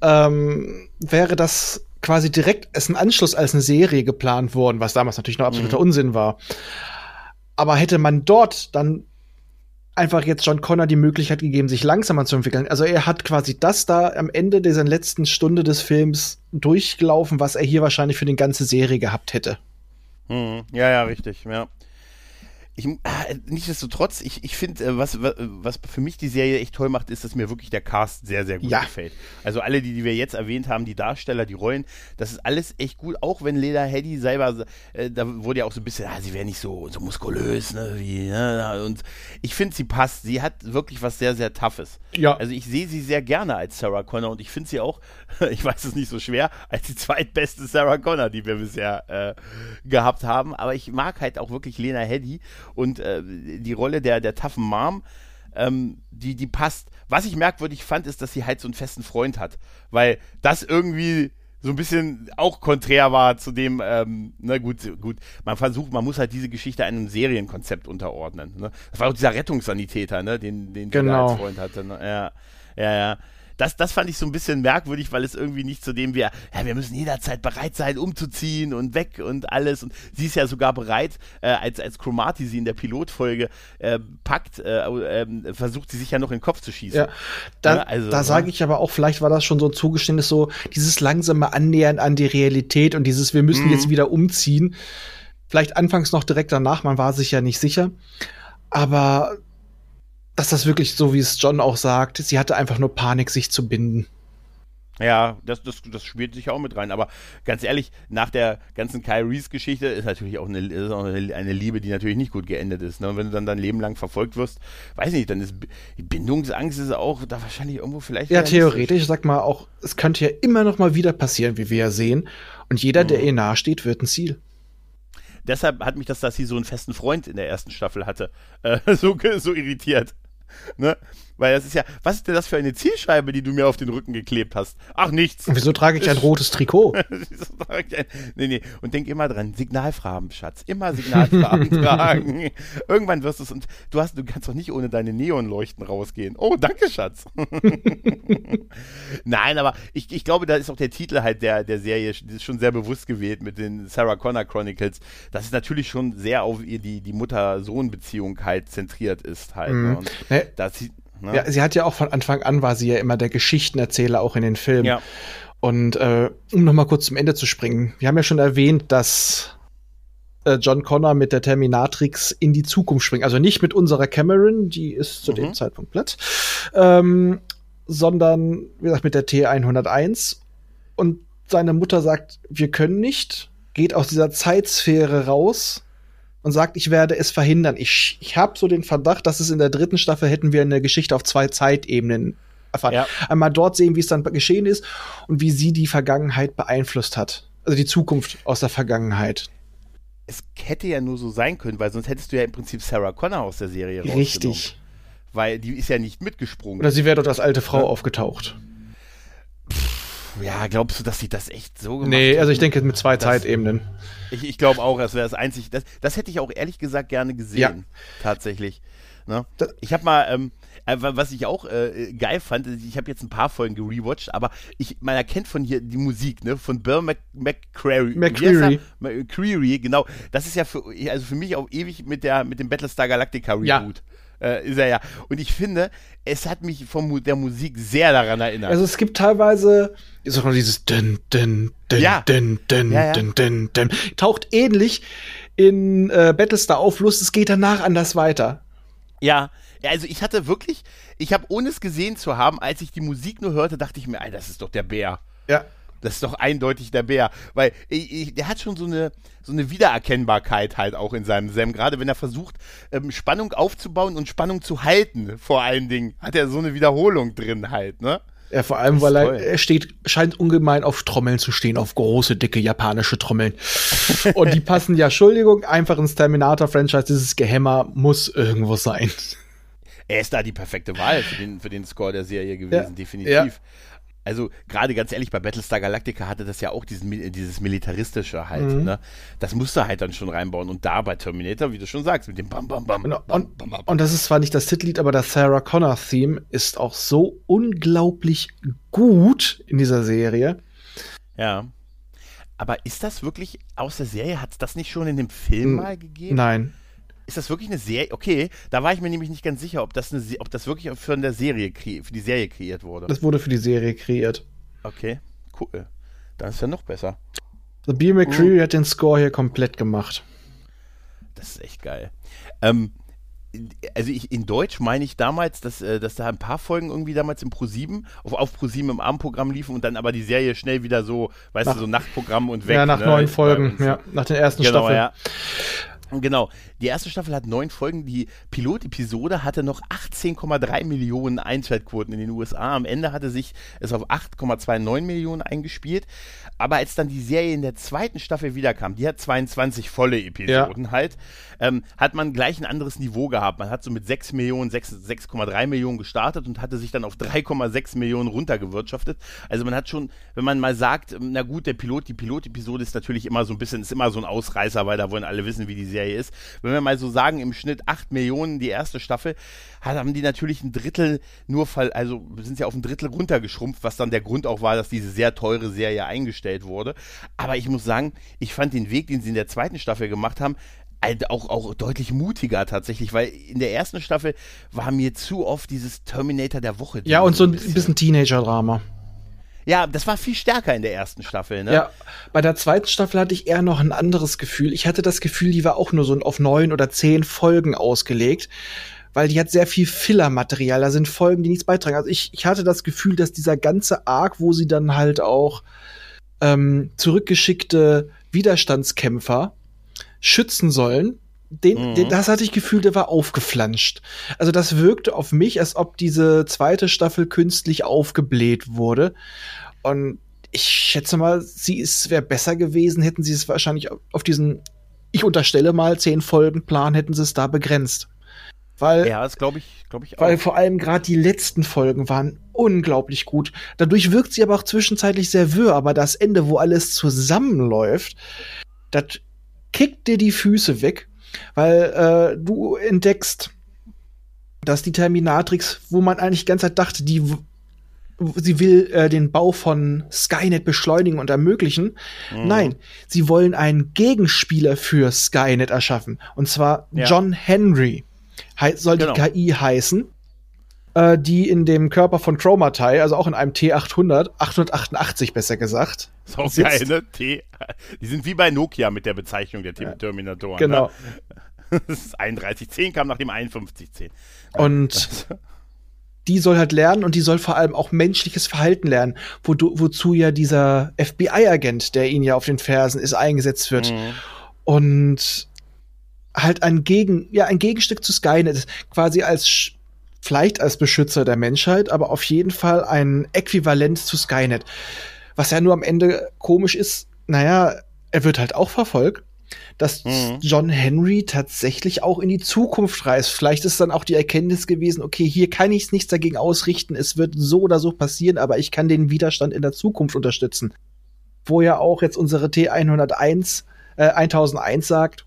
Speaker 3: ähm, wäre das quasi direkt als ein Anschluss als eine Serie geplant worden, was damals natürlich noch absoluter
Speaker 2: Mhm.
Speaker 3: Unsinn war. Aber hätte man dort dann einfach jetzt John Connor die Möglichkeit gegeben, sich langsamer zu entwickeln. Also er hat quasi das da am Ende dieser letzten Stunde des Films durchgelaufen, was er hier wahrscheinlich für die ganze Serie gehabt hätte.
Speaker 2: Mhm. Ja, ja, richtig, ja. Ich, äh, nichtsdestotrotz, ich, ich finde, äh, was, was, was für mich die Serie echt toll macht, ist, dass mir wirklich der Cast sehr, sehr gut
Speaker 3: Ja.
Speaker 2: gefällt. Also alle, die, die wir jetzt erwähnt haben, die Darsteller, die Rollen, das ist alles echt gut, auch wenn Leda Headey selber, äh, da wurde ja auch so ein bisschen, ah, sie wäre nicht so, so muskulös, ne, wie, ne, und ich finde, sie passt, sie hat wirklich was sehr, sehr Toughes.
Speaker 3: Ja.
Speaker 2: Also ich sehe sie sehr gerne als Sarah Connor und ich finde sie auch, ich weiß es nicht so schwer, als die zweitbeste Sarah Connor, die wir bisher äh, gehabt haben, aber ich mag halt auch wirklich Lena Headey und äh, die Rolle der, der toughen Mom, ähm, die, die passt. Was ich merkwürdig fand, ist, dass sie halt so einen festen Freund hat, weil das irgendwie so ein bisschen auch konträr war zu dem, ähm, na gut, gut, man versucht, man muss halt diese Geschichte einem Serienkonzept unterordnen. Ne? Das war auch dieser Rettungssanitäter, ne? den, den sie da
Speaker 3: Genau.
Speaker 2: als Freund hatte. Ne? Ja, ja, ja. Das, das fand ich so ein bisschen merkwürdig, weil es irgendwie nicht zu dem wir, ja, wir müssen jederzeit bereit sein, umzuziehen und weg und alles. Und sie ist ja sogar bereit, äh, als, als Chromati sie in der Pilotfolge äh, packt, äh, äh, versucht sie sich ja noch in den Kopf zu schießen.
Speaker 3: Ja, da,
Speaker 2: Ja, also,
Speaker 3: da sage ich aber auch, vielleicht war das schon so ein Zugeständnis, so dieses langsame Annähern an die Realität und dieses, wir müssen
Speaker 2: Mhm.
Speaker 3: jetzt wieder umziehen. Vielleicht anfangs noch direkt danach, man war sich ja nicht sicher. Aber dass das wirklich so, wie es John auch sagt, sie hatte einfach nur Panik, sich zu binden.
Speaker 2: Ja, das, das, das spielt sich auch mit rein. Aber ganz ehrlich, nach der ganzen Kyle Reese-Geschichte ist natürlich auch eine, ist auch eine, eine Liebe, die natürlich nicht gut geendet ist. Ne? Und wenn du dann dein Leben lang verfolgt wirst, weiß nicht, dann ist die Bindungsangst ist auch da wahrscheinlich irgendwo vielleicht.
Speaker 3: Ja,
Speaker 2: realistisch.
Speaker 3: theoretisch, sag mal auch, es könnte ja immer noch mal wieder passieren, wie wir ja sehen. Und jeder, der
Speaker 2: Mhm.
Speaker 3: ihr nahe steht, wird ein Ziel.
Speaker 2: Deshalb hat mich das, dass sie so einen festen Freund in der ersten Staffel hatte, äh, so, so irritiert. Ne? Weil das ist ja, was ist denn das für eine Zielscheibe, die du mir auf den Rücken geklebt hast? Ach, nichts.
Speaker 3: Und wieso trage ich ein rotes Trikot?
Speaker 2: nee, nee. Und denk immer dran, Signalfarben, Schatz. Immer Signalfarben tragen. Irgendwann wirst du es, und du hast, du kannst doch nicht ohne deine Neonleuchten rausgehen. Oh, danke, Schatz. Nein, aber ich, ich glaube, da ist auch der Titel halt der, der Serie, das ist schon sehr bewusst gewählt mit den Sarah Connor Chronicles, dass es natürlich schon sehr auf ihr die, die Mutter-Sohn-Beziehung halt zentriert ist halt.
Speaker 3: Mhm.
Speaker 2: Ne? Und
Speaker 3: Ne,
Speaker 2: da sie, Ne?
Speaker 3: Ja, sie hat ja auch von Anfang an, war sie ja immer der Geschichtenerzähler auch in den Filmen.
Speaker 2: Ja.
Speaker 3: Und äh, um noch mal kurz zum Ende zu springen, wir haben ja schon erwähnt, dass äh, John Connor mit der Terminatrix in die Zukunft springt. Also nicht mit unserer Cameron, die ist zu mhm. dem Zeitpunkt platt, ähm, sondern, wie gesagt, mit der T hunderteins. Und seine Mutter sagt, wir können nicht, geht aus dieser Zeitsphäre raus und sagt, ich werde es verhindern. Ich, ich habe so den Verdacht, dass es in der dritten Staffel hätten wir eine Geschichte auf zwei Zeitebenen erfahren. Ja. Einmal dort sehen, wie es dann geschehen ist und wie sie die Vergangenheit beeinflusst hat. Also die Zukunft aus der Vergangenheit.
Speaker 2: Es hätte ja nur so sein können, weil sonst hättest du ja im Prinzip Sarah Connor aus der Serie rausgenommen.
Speaker 3: Richtig.
Speaker 2: Weil die ist ja nicht mitgesprungen.
Speaker 3: Oder sie wäre dort als alte Frau ja. aufgetaucht.
Speaker 2: Pff, ja, glaubst du, dass sie das echt so gemacht
Speaker 3: Nee,
Speaker 2: hat?
Speaker 3: also ich denke mit zwei
Speaker 2: das,
Speaker 3: Zeitebenen.
Speaker 2: Ich, ich glaube auch, das wäre das einzig. Das, das hätte ich auch ehrlich gesagt gerne gesehen. Ja. Tatsächlich. Ne? Ich habe mal, ähm, was ich auch äh, geil fand, ich habe jetzt ein paar Folgen gerewatcht, aber ich, man erkennt von hier die Musik, ne, von Bill Mc, McCreary.
Speaker 3: McCreary.
Speaker 2: McCreary, genau. Das ist ja für, also für mich auch ewig mit der, mit dem Battlestar Galactica Reboot.
Speaker 3: Ja.
Speaker 2: Äh, ist er ja. Und ich finde, es hat mich von der Musik sehr daran erinnert.
Speaker 3: Also es gibt teilweise ist auch noch dieses Dun, Dun, Dun,
Speaker 2: ja.
Speaker 3: Dun, Dun,
Speaker 2: ja, ja.
Speaker 3: Dun, Dun, Dun. Taucht ähnlich in äh, Battlestar auf, bloß es geht danach anders weiter.
Speaker 2: Ja, also ich hatte wirklich, ich habe ohne es gesehen zu haben, als ich die Musik nur hörte, dachte ich mir, ey, das ist doch der Bär.
Speaker 3: Ja.
Speaker 2: Das ist doch eindeutig der Bär, weil ich, ich, der hat schon so eine, so eine Wiedererkennbarkeit halt auch in seinem Sam, gerade wenn er versucht, ähm, Spannung aufzubauen und Spannung zu halten, vor allen Dingen, hat er so eine Wiederholung drin halt, ne?
Speaker 3: Ja, vor allem, weil er, er steht, scheint ungemein auf Trommeln zu stehen, auf große, dicke japanische Trommeln. Und die passen ja, Entschuldigung, einfach ins Terminator-Franchise, dieses Gehämmer muss irgendwo sein.
Speaker 2: Er ist da die perfekte Wahl für den, für den Score der Serie gewesen,
Speaker 3: ja.
Speaker 2: definitiv.
Speaker 3: Ja.
Speaker 2: Also gerade ganz ehrlich, bei Battlestar Galactica hatte das ja auch diesen, dieses Militaristische halt.
Speaker 3: Mhm.
Speaker 2: Ne? Das musste halt dann schon reinbauen. Und da bei Terminator, wie du schon sagst, mit dem Bam, Bam, Bam.
Speaker 3: Genau.
Speaker 2: Bam,
Speaker 3: und,
Speaker 2: bam, bam.
Speaker 3: und das ist zwar nicht das Titellied, aber das Sarah Connor-Theme ist auch so unglaublich gut in dieser Serie.
Speaker 2: Ja. Aber ist das wirklich aus der Serie? Hat es das nicht schon in dem Film mal gegeben?
Speaker 3: Nein.
Speaker 2: Ist das wirklich eine Serie? Okay, da war ich mir nämlich nicht ganz sicher, ob das, eine, ob das wirklich für, eine Serie kre- für die Serie kreiert wurde.
Speaker 3: Das wurde für die Serie kreiert.
Speaker 2: Okay, cool. Dann ist ja noch besser.
Speaker 3: So, Bear McCreary
Speaker 2: uh.
Speaker 3: hat den Score hier komplett gemacht.
Speaker 2: Das ist echt geil. Ähm, also ich, in Deutsch meine ich damals, dass, äh, dass da ein paar Folgen irgendwie damals im ProSieben, auf, auf ProSieben im Abendprogramm liefen und dann aber die Serie schnell wieder so, weißt
Speaker 3: nach,
Speaker 2: du, so Nachtprogramm und weg.
Speaker 3: Ja, nach
Speaker 2: ne?
Speaker 3: neun Folgen, ja, nach den ersten
Speaker 2: genau,
Speaker 3: Staffeln.
Speaker 2: Ja. Genau, die erste Staffel hat neun Folgen, die Pilotepisode hatte noch achtzehn Komma drei Millionen Einschaltquoten in den U S A, am Ende hatte sich es auf acht Komma neunundzwanzig Millionen eingespielt, aber als dann die Serie in der zweiten Staffel wiederkam, die hat zweiundzwanzig volle Episoden ja. halt, ähm, hat man gleich ein anderes Niveau gehabt, man hat so mit sechs Millionen, sechs Komma drei Millionen gestartet und hatte sich dann auf drei Komma sechs Millionen runtergewirtschaftet, also man hat schon, wenn man mal sagt, na gut, der Pilot, die Pilotepisode ist natürlich immer so ein bisschen, ist immer so ein Ausreißer, weil da wollen alle wissen, wie die Serie ist. Wenn wir mal so sagen, im Schnitt acht Millionen die erste Staffel, haben die natürlich ein Drittel nur, fall, also sind sie auf ein Drittel runtergeschrumpft, was dann der Grund auch war, dass diese sehr teure Serie eingestellt wurde. Aber ich muss sagen, ich fand den Weg, den sie in der zweiten Staffel gemacht haben, auch, auch deutlich mutiger tatsächlich, weil in der ersten Staffel war mir zu oft dieses Terminator der Woche.
Speaker 3: Ja, und so ein bisschen, bisschen Teenager-Drama.
Speaker 2: Ja, das war viel stärker in der ersten Staffel, ne?
Speaker 3: Ja, bei der zweiten Staffel hatte ich eher noch ein anderes Gefühl. Ich hatte das Gefühl, die war auch nur so auf neun oder zehn Folgen ausgelegt, weil die hat sehr viel Filler-Material. Da sind Folgen, die nichts beitragen. Also ich, ich hatte das Gefühl, dass dieser ganze Arc, wo sie dann halt auch ähm, zurückgeschickte Widerstandskämpfer schützen sollen, Den, mhm. den, das hatte ich Gefühl, der war aufgeflanscht. Also das wirkte auf mich, als ob diese zweite Staffel künstlich aufgebläht wurde. Und ich schätze mal, sie ist wäre besser gewesen, hätten sie es wahrscheinlich auf diesen, ich unterstelle mal, zehn Folgen Plan, hätten sie es da begrenzt. Weil,
Speaker 2: ja, das glaube ich, glaube ich auch.
Speaker 3: Weil vor allem gerade die letzten Folgen waren unglaublich gut. Dadurch wirkt sie aber auch zwischenzeitlich sehr wirr, aber das Ende, wo alles zusammenläuft, das kickt dir die Füße weg. Weil äh, du entdeckst, dass die Terminatrix, wo man eigentlich die ganze Zeit dachte, die w- sie will äh, den Bau von Skynet beschleunigen und ermöglichen. Mhm. Nein, sie wollen einen Gegenspieler für Skynet erschaffen. Und zwar ja. John Henry he- soll genau. die K I heißen. äh, die in dem Körper von Chromatai, also auch in einem T achthundert, achthundertachtundachtzig besser gesagt.
Speaker 2: Ist auch geil, ne? T, die sind wie bei Nokia mit der Bezeichnung der ja. Terminatoren.
Speaker 3: Genau.
Speaker 2: Ne? Das ist einunddreißig zehn kam nach dem einundfünfzig zehn.
Speaker 3: Und die soll halt lernen und die soll vor allem auch menschliches Verhalten lernen, wo du, wozu ja dieser F B I-Agent, der ihn ja auf den Fersen ist, eingesetzt wird. Mhm. Und halt ein Gegen, ja, ein Gegenstück zu Skynet, quasi als, vielleicht als Beschützer der Menschheit, aber auf jeden Fall ein Äquivalent zu Skynet. Was ja nur am Ende komisch ist, naja, er wird halt auch verfolgt, dass mhm. John Henry tatsächlich auch in die Zukunft reist. Vielleicht ist dann auch die Erkenntnis gewesen, okay, hier kann ich nichts dagegen ausrichten, es wird so oder so passieren, aber ich kann den Widerstand in der Zukunft unterstützen. Wo ja auch jetzt unsere T hunderteins, äh, tausendeins sagt,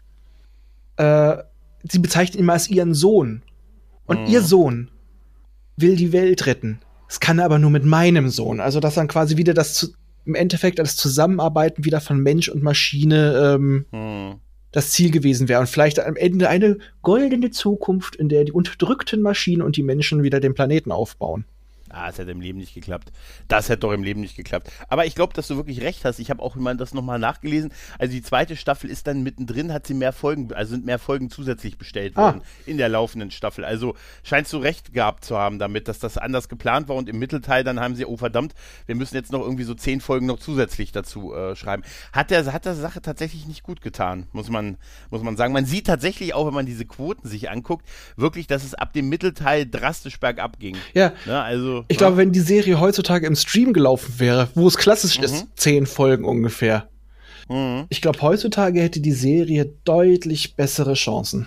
Speaker 3: äh, sie bezeichnet ihn mal als ihren Sohn. Und mhm. ihr Sohn will die Welt retten. Das kann er aber nur mit meinem Sohn. Also, dass dann quasi wieder das zu, im Endeffekt das Zusammenarbeiten wieder von Mensch und Maschine ähm, hm. das Ziel gewesen wäre. Und vielleicht am Ende eine goldene Zukunft, in der die unterdrückten Maschinen und die Menschen wieder den Planeten aufbauen.
Speaker 2: Ah, es hätte im Leben nicht geklappt. Das hätte doch im Leben nicht geklappt. Aber ich glaube, dass du wirklich recht hast. Ich habe auch immer das nochmal nachgelesen. Also die zweite Staffel ist dann mittendrin, hat sie mehr Folgen, also sind mehr Folgen zusätzlich bestellt worden ah. in der laufenden Staffel. Also scheinst du recht gehabt zu haben damit, dass das anders geplant war und im Mittelteil dann haben sie, oh verdammt, wir müssen jetzt noch irgendwie so zehn Folgen noch zusätzlich dazu äh, schreiben. Hat der, hat der Sache tatsächlich nicht gut getan, muss man, muss man sagen. Man sieht tatsächlich auch, wenn man diese Quoten sich anguckt, wirklich, dass es ab dem Mittelteil drastisch bergab ging.
Speaker 3: Ja,
Speaker 2: ne? Also
Speaker 3: ich glaube, wenn die Serie heutzutage im Stream gelaufen wäre, wo es klassisch mhm. ist, zehn Folgen ungefähr. Mhm. Ich glaube, heutzutage hätte die Serie deutlich bessere Chancen.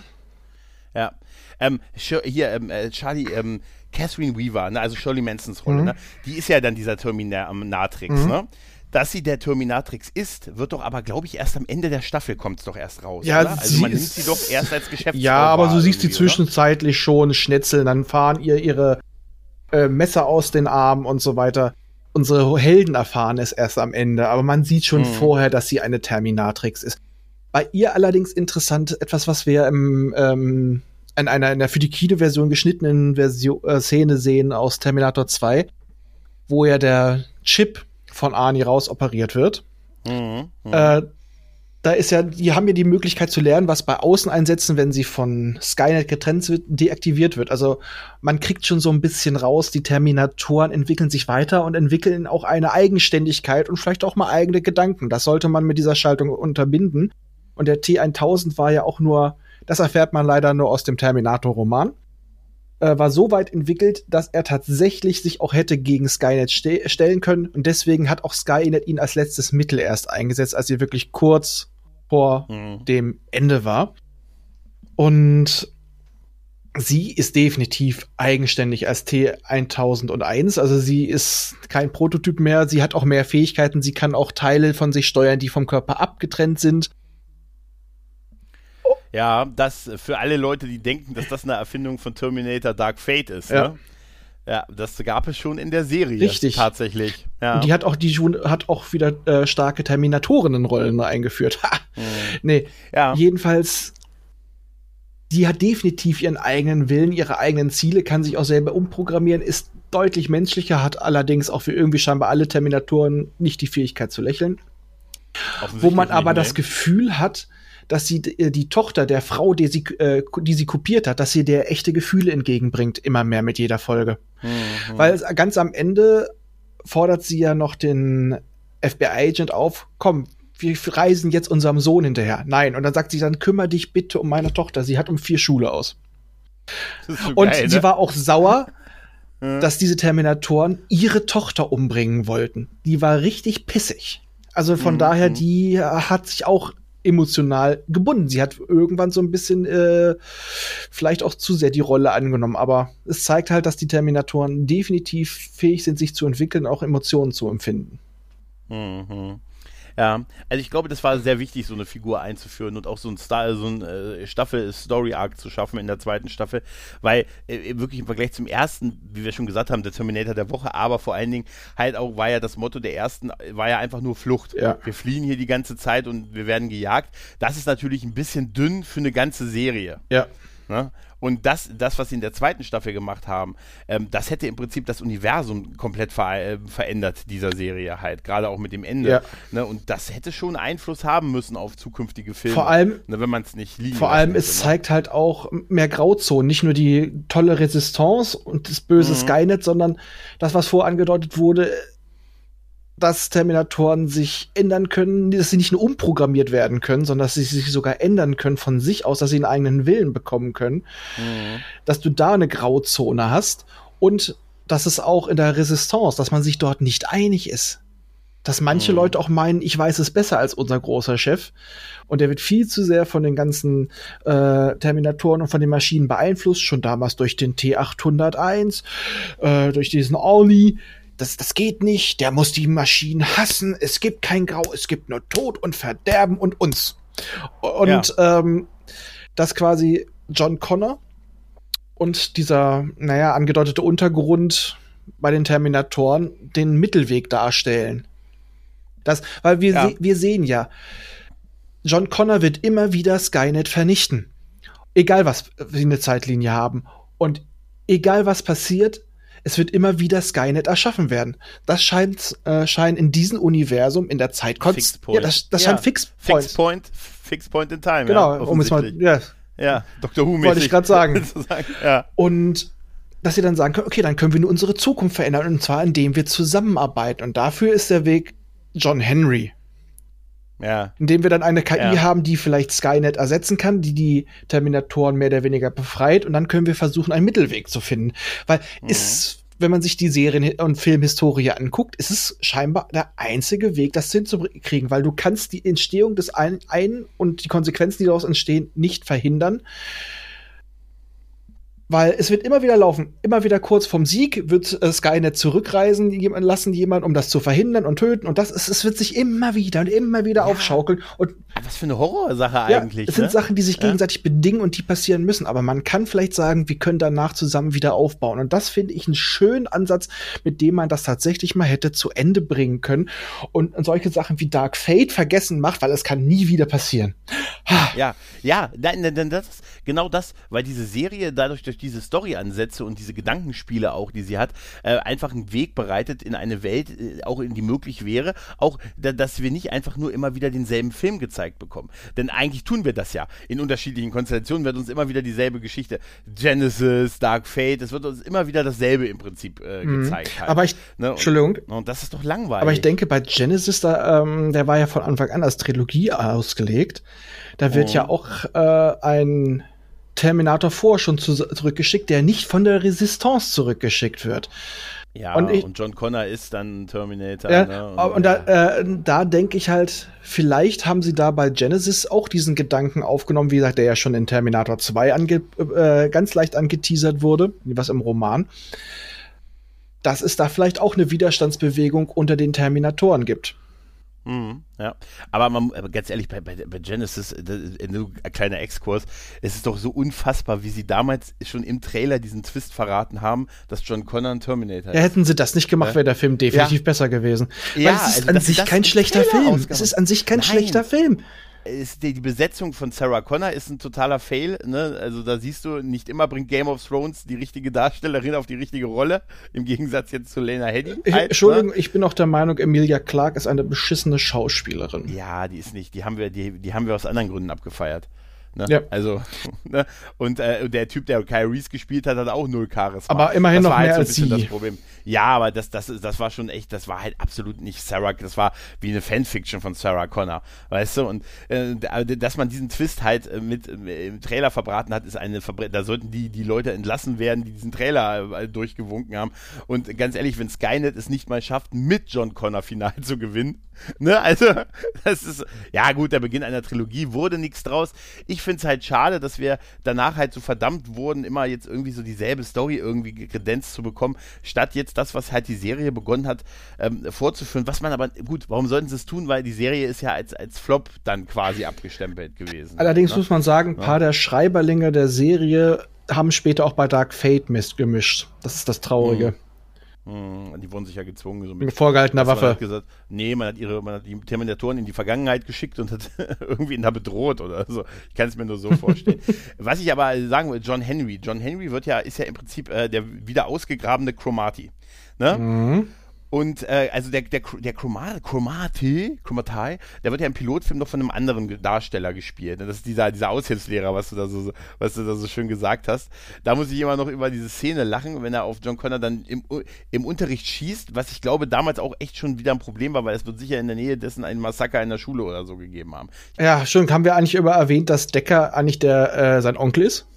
Speaker 2: Ja. Ähm, hier, ähm, Charlie, ähm, Catherine Weaver, ne, also Shirley Mansons Rolle,
Speaker 3: Mhm.
Speaker 2: ne, die ist ja dann dieser Terminatrix,
Speaker 3: Mhm.
Speaker 2: ne? Dass sie der Terminatrix ist, wird doch aber, glaube ich, erst am Ende der Staffel kommt es doch erst raus,
Speaker 3: Ja,
Speaker 2: oder? Also man
Speaker 3: sie
Speaker 2: nimmt sie doch erst als Geschäftsfrau.
Speaker 3: Ja, aber so siehst du
Speaker 2: irgendwie, oder?
Speaker 3: zwischenzeitlich schon schnetzeln, dann fahren ihr ihre äh, Messer aus den Armen und so weiter. Unsere Helden erfahren es erst am Ende, aber man sieht schon
Speaker 2: Mhm.
Speaker 3: vorher, dass sie eine Terminatrix ist. Bei ihr allerdings interessant, etwas, was wir im, ähm, in einer in der für die Kino-Version geschnittenen Version, äh, Szene sehen aus Terminator zwei, wo ja der Chip von Arnie raus operiert wird.
Speaker 2: Mhm. Mhm.
Speaker 3: Äh, da ist ja, die haben ja die Möglichkeit zu lernen, was bei Außeneinsätzen, wenn sie von Skynet getrennt wird, deaktiviert wird. Also man kriegt schon so ein bisschen raus, die Terminatoren entwickeln sich weiter und entwickeln auch eine Eigenständigkeit und vielleicht auch mal eigene Gedanken. Das sollte man mit dieser Schaltung unterbinden. Und der T tausend war ja auch nur, das erfährt man leider nur aus dem Terminator-Roman, äh, war so weit entwickelt, dass er tatsächlich sich auch hätte gegen Skynet ste- stellen können. Und deswegen hat auch Skynet ihn als letztes Mittel erst eingesetzt, als sie wirklich kurz vor mhm. dem Ende war. Und sie ist definitiv eigenständig als T tausendundeins. Also sie ist kein Prototyp mehr. Sie hat auch mehr Fähigkeiten. Sie kann auch Teile von sich steuern, die vom Körper abgetrennt sind.
Speaker 2: Ja, das für alle Leute, die denken, dass das eine Erfindung von Terminator Dark Fate ist.
Speaker 3: Ja.
Speaker 2: Ne? Ja, das gab es schon in der Serie.
Speaker 3: Richtig.
Speaker 2: Tatsächlich. Ja.
Speaker 3: Und die hat auch, die schon, hat auch wieder äh, starke Terminatorinnen-Rollen eingeführt. Ha!
Speaker 2: Mhm.
Speaker 3: Nee,
Speaker 2: ja.
Speaker 3: Jedenfalls, die hat definitiv ihren eigenen Willen, ihre eigenen Ziele, kann sich auch selber umprogrammieren, ist deutlich menschlicher, hat allerdings auch für irgendwie scheinbar alle Terminatoren nicht die Fähigkeit zu lächeln. Wo man aber
Speaker 2: nicht,
Speaker 3: das Gefühl hat, dass sie die, die Tochter der Frau, die sie, äh, die sie kopiert hat, dass sie der echte Gefühle entgegenbringt, immer mehr mit jeder Folge. Mhm. Weil ganz am Ende fordert sie ja noch den F B I-Agent auf, komm, wir reisen jetzt unserem Sohn hinterher. Nein, und dann sagt sie, dann kümmere dich bitte um meine Tochter, sie hat um vier Schule aus.
Speaker 2: Das ist so
Speaker 3: und
Speaker 2: geil,
Speaker 3: sie
Speaker 2: ne?
Speaker 3: war auch sauer,
Speaker 2: mhm.
Speaker 3: dass diese Terminatoren ihre Tochter umbringen wollten. Die war richtig pissig. Also von
Speaker 2: mhm.
Speaker 3: daher, die hat sich auch emotional gebunden. Sie hat irgendwann so ein bisschen äh, vielleicht auch zu sehr die Rolle angenommen, aber es zeigt halt, dass die Terminatoren definitiv fähig sind, sich zu entwickeln, auch Emotionen zu empfinden.
Speaker 2: Mhm. Ja, also ich glaube, das war sehr wichtig, so eine Figur einzuführen und auch so ein Star, so ein äh, Staffel-Story-Arc zu schaffen in der zweiten Staffel, weil äh, wirklich im Vergleich zum ersten, wie wir schon gesagt haben, der Terminator der Woche, aber vor allen Dingen halt auch war ja das Motto der ersten, war ja einfach nur Flucht.
Speaker 3: Ja.
Speaker 2: Wir fliehen hier die ganze Zeit und wir werden gejagt. Das ist natürlich ein bisschen dünn für eine ganze Serie.
Speaker 3: Ja.
Speaker 2: Ne? Und das, das, was sie in der zweiten Staffel gemacht haben, ähm, das hätte im Prinzip das Universum komplett ver äh, verändert, dieser Serie halt, gerade auch mit dem Ende. Ja. Ne? Und das hätte schon Einfluss haben müssen auf zukünftige Filme.
Speaker 3: Vor allem,
Speaker 2: ne, wenn man es nicht liegen
Speaker 3: Vor allem, es hätte, zeigt ne? halt auch mehr Grauzonen. Nicht nur die tolle Resistance und das böse mhm. Skynet, sondern das, was vorangedeutet wurde, dass Terminatoren sich ändern können, dass sie nicht nur umprogrammiert werden können, sondern dass sie sich sogar ändern können von sich aus, dass sie einen eigenen Willen bekommen können, mhm. dass du da eine Grauzone hast und dass es auch in der Resistance, dass man sich dort nicht einig ist. Dass manche mhm. Leute auch meinen, ich weiß es besser als unser großer Chef und der wird viel zu sehr von den ganzen äh, Terminatoren und von den Maschinen beeinflusst, schon damals durch den T achthunderteins, äh, durch diesen Orly. Das, das geht nicht, der muss die Maschinen hassen, es gibt kein Grau, es gibt nur Tod und Verderben und uns. Und ja. ähm, dass quasi John Connor und dieser, naja, angedeutete Untergrund bei den Terminatoren den Mittelweg darstellen. Das, weil wir, ja. se- wir sehen ja, John Connor wird immer wieder Skynet vernichten. Egal, was sie eine Zeitlinie haben. Und egal, was passiert, es wird immer wieder Skynet erschaffen werden. Das scheint, äh, scheint in diesem Universum, in der Zeit
Speaker 2: Fixed Point.
Speaker 3: Ja, das, das
Speaker 2: ja.
Speaker 3: scheint Fixed Point.
Speaker 2: Fixed Point, Fixed Point in Time.
Speaker 3: Genau,
Speaker 2: ja,
Speaker 3: um es mal, ja.
Speaker 2: Ja, Doktor Who-mäßig.
Speaker 3: Wollte ich gerade sagen.
Speaker 2: ja.
Speaker 3: Und dass sie dann sagen können, okay, dann können wir nur unsere Zukunft verändern, und zwar indem wir zusammenarbeiten. Und dafür ist der Weg John Henry.
Speaker 2: Ja. Indem
Speaker 3: wir dann eine K I ja. haben, die vielleicht Skynet ersetzen kann, die die Terminatoren mehr oder weniger befreit, und dann können wir versuchen, einen Mittelweg zu finden. Weil mhm. es, wenn man sich die Serien- und Filmhistorie anguckt, ist es scheinbar der einzige Weg, das hinzukriegen, weil du kannst die Entstehung des einen, einen und die Konsequenzen, die daraus entstehen, nicht verhindern. Weil es wird immer wieder laufen, immer wieder kurz vom Sieg wird äh, Skynet zurückreisen jemand, lassen, jemand, um das zu verhindern und töten. Und das ist, es wird sich immer wieder und immer wieder ja. aufschaukeln. Und
Speaker 2: was für eine Horrorsache
Speaker 3: ja,
Speaker 2: eigentlich.
Speaker 3: Es sind
Speaker 2: ne?
Speaker 3: Sachen, die sich
Speaker 2: ja.
Speaker 3: gegenseitig bedingen und die passieren müssen. Aber man kann vielleicht sagen, wir können danach zusammen wieder aufbauen. Und das finde ich einen schönen Ansatz, mit dem man das tatsächlich mal hätte zu Ende bringen können. Und, und solche Sachen wie Dark Fate vergessen macht, weil es kann nie wieder passieren.
Speaker 2: ja, ja, denn, denn das ist genau das, weil diese Serie dadurch durch diese Story-Ansätze und diese Gedankenspiele auch, die sie hat, äh, einfach einen Weg bereitet in eine Welt, äh, auch in die möglich wäre, auch, da, dass wir nicht einfach nur immer wieder denselben Film gezeigt bekommen. Denn eigentlich tun wir das ja. In unterschiedlichen Konstellationen wird uns immer wieder dieselbe Geschichte. Genesis, Dark Fate, es wird uns immer wieder dasselbe im Prinzip äh, gezeigt.
Speaker 3: Mhm. Halt. Aber ich,
Speaker 2: ne? und,
Speaker 3: Entschuldigung.
Speaker 2: Und das ist doch langweilig.
Speaker 3: Aber ich denke, bei Genesis, da, ähm, der war ja von Anfang an als Trilogie ausgelegt. Da wird oh. ja auch äh, ein Terminator vor schon zu, zurückgeschickt, der nicht von der Resistance zurückgeschickt wird.
Speaker 2: Ja,
Speaker 3: und, ich,
Speaker 2: und John Connor ist dann Terminator.
Speaker 3: Ja,
Speaker 2: ne? und,
Speaker 3: und da, äh, da denke ich halt, vielleicht haben sie da bei Genesis auch diesen Gedanken aufgenommen, wie gesagt, der ja schon in Terminator zwei ange, äh, ganz leicht angeteasert wurde, was im Roman, dass es da vielleicht auch eine Widerstandsbewegung unter den Terminatoren gibt.
Speaker 2: Mhm, ja, aber, man, aber ganz ehrlich, bei, bei, bei Genesis, das, ein kleiner Exkurs, es ist doch so unfassbar, wie sie damals schon im Trailer diesen Twist verraten haben, dass John Connor ein Terminator ist.
Speaker 3: Ja, hätten sie das nicht gemacht, ja. wäre der Film definitiv ja. besser gewesen.
Speaker 2: Ja,
Speaker 3: Weil es ist
Speaker 2: also,
Speaker 3: an sich kein schlechter Film. Es ist an sich kein
Speaker 2: Nein.
Speaker 3: schlechter Film.
Speaker 2: Ist die, die Besetzung von Sarah Connor ist ein totaler Fail, ne? Also da siehst du, nicht immer bringt Game of Thrones die richtige Darstellerin auf die richtige Rolle, im Gegensatz jetzt zu Lena Headey.
Speaker 3: Halt, Entschuldigung, ne? Ich bin auch der Meinung, Emilia Clarke ist eine beschissene Schauspielerin.
Speaker 2: Ja, die ist nicht, die haben wir, die, die haben wir aus anderen Gründen abgefeiert. Ne?
Speaker 3: Ja.
Speaker 2: Also, ne? Und äh, der Typ, der Kyle Reese gespielt hat, hat auch null Charisma.
Speaker 3: Aber immerhin
Speaker 2: das
Speaker 3: noch
Speaker 2: war
Speaker 3: mehr
Speaker 2: halt so ein
Speaker 3: als sie.
Speaker 2: Das Problem. Ja, aber das, das, das war schon echt, das war halt absolut nicht Sarah, das war wie eine Fanfiction von Sarah Connor, weißt du? Und äh, dass man diesen Twist halt äh, mit äh, im Trailer verbraten hat, ist eine Verbre- da sollten die, die Leute entlassen werden, die diesen Trailer äh, durchgewunken haben. Und ganz ehrlich, wenn Skynet es nicht mal schafft, mit John Connor final zu gewinnen, ne? Also, das ist, ja gut, der Beginn einer Trilogie, wurde nichts draus. Ich finde es halt schade, dass wir danach halt so verdammt wurden, immer jetzt irgendwie so dieselbe Story irgendwie kredenzt zu bekommen, statt jetzt das, was halt die Serie begonnen hat, ähm, fortzuführen. Was man aber, gut, warum sollten sie es tun? Weil die Serie ist ja als, als Flop dann quasi abgestempelt gewesen.
Speaker 3: Allerdings
Speaker 2: ne?
Speaker 3: muss man sagen, ein paar ja. der Schreiberlinge der Serie haben später auch bei Dark Fate Mist gemischt. Das ist das Traurige.
Speaker 2: Hm, die wurden sich ja gezwungen. So
Speaker 3: mit vorgehaltener Waffe.
Speaker 2: Man hat gesagt, nee, man hat, ihre, man hat die Terminatoren in die Vergangenheit geschickt und hat irgendwie ihn da bedroht oder so. Ich kann es mir nur so vorstellen. Was ich aber sagen will, John Henry. John Henry wird ja, ist ja im Prinzip äh, der wieder ausgegrabene Cromartie. Ne?
Speaker 3: Mhm.
Speaker 2: Und äh, also der, der, der Cromartie, Cromartie, Cromartie, der wird ja im Pilotfilm noch von einem anderen Darsteller gespielt. Das ist dieser, dieser Aushilfslehrer, was du, da so, was du da so schön gesagt hast. Da muss ich immer noch über diese Szene lachen, wenn er auf John Connor dann im, im Unterricht schießt, was ich glaube damals auch echt schon wieder ein Problem war, weil es wird sicher in der Nähe dessen einen Massaker in der Schule oder so gegeben haben.
Speaker 3: Ja, schön. Haben wir eigentlich über erwähnt, dass Decker eigentlich der äh, sein Onkel ist?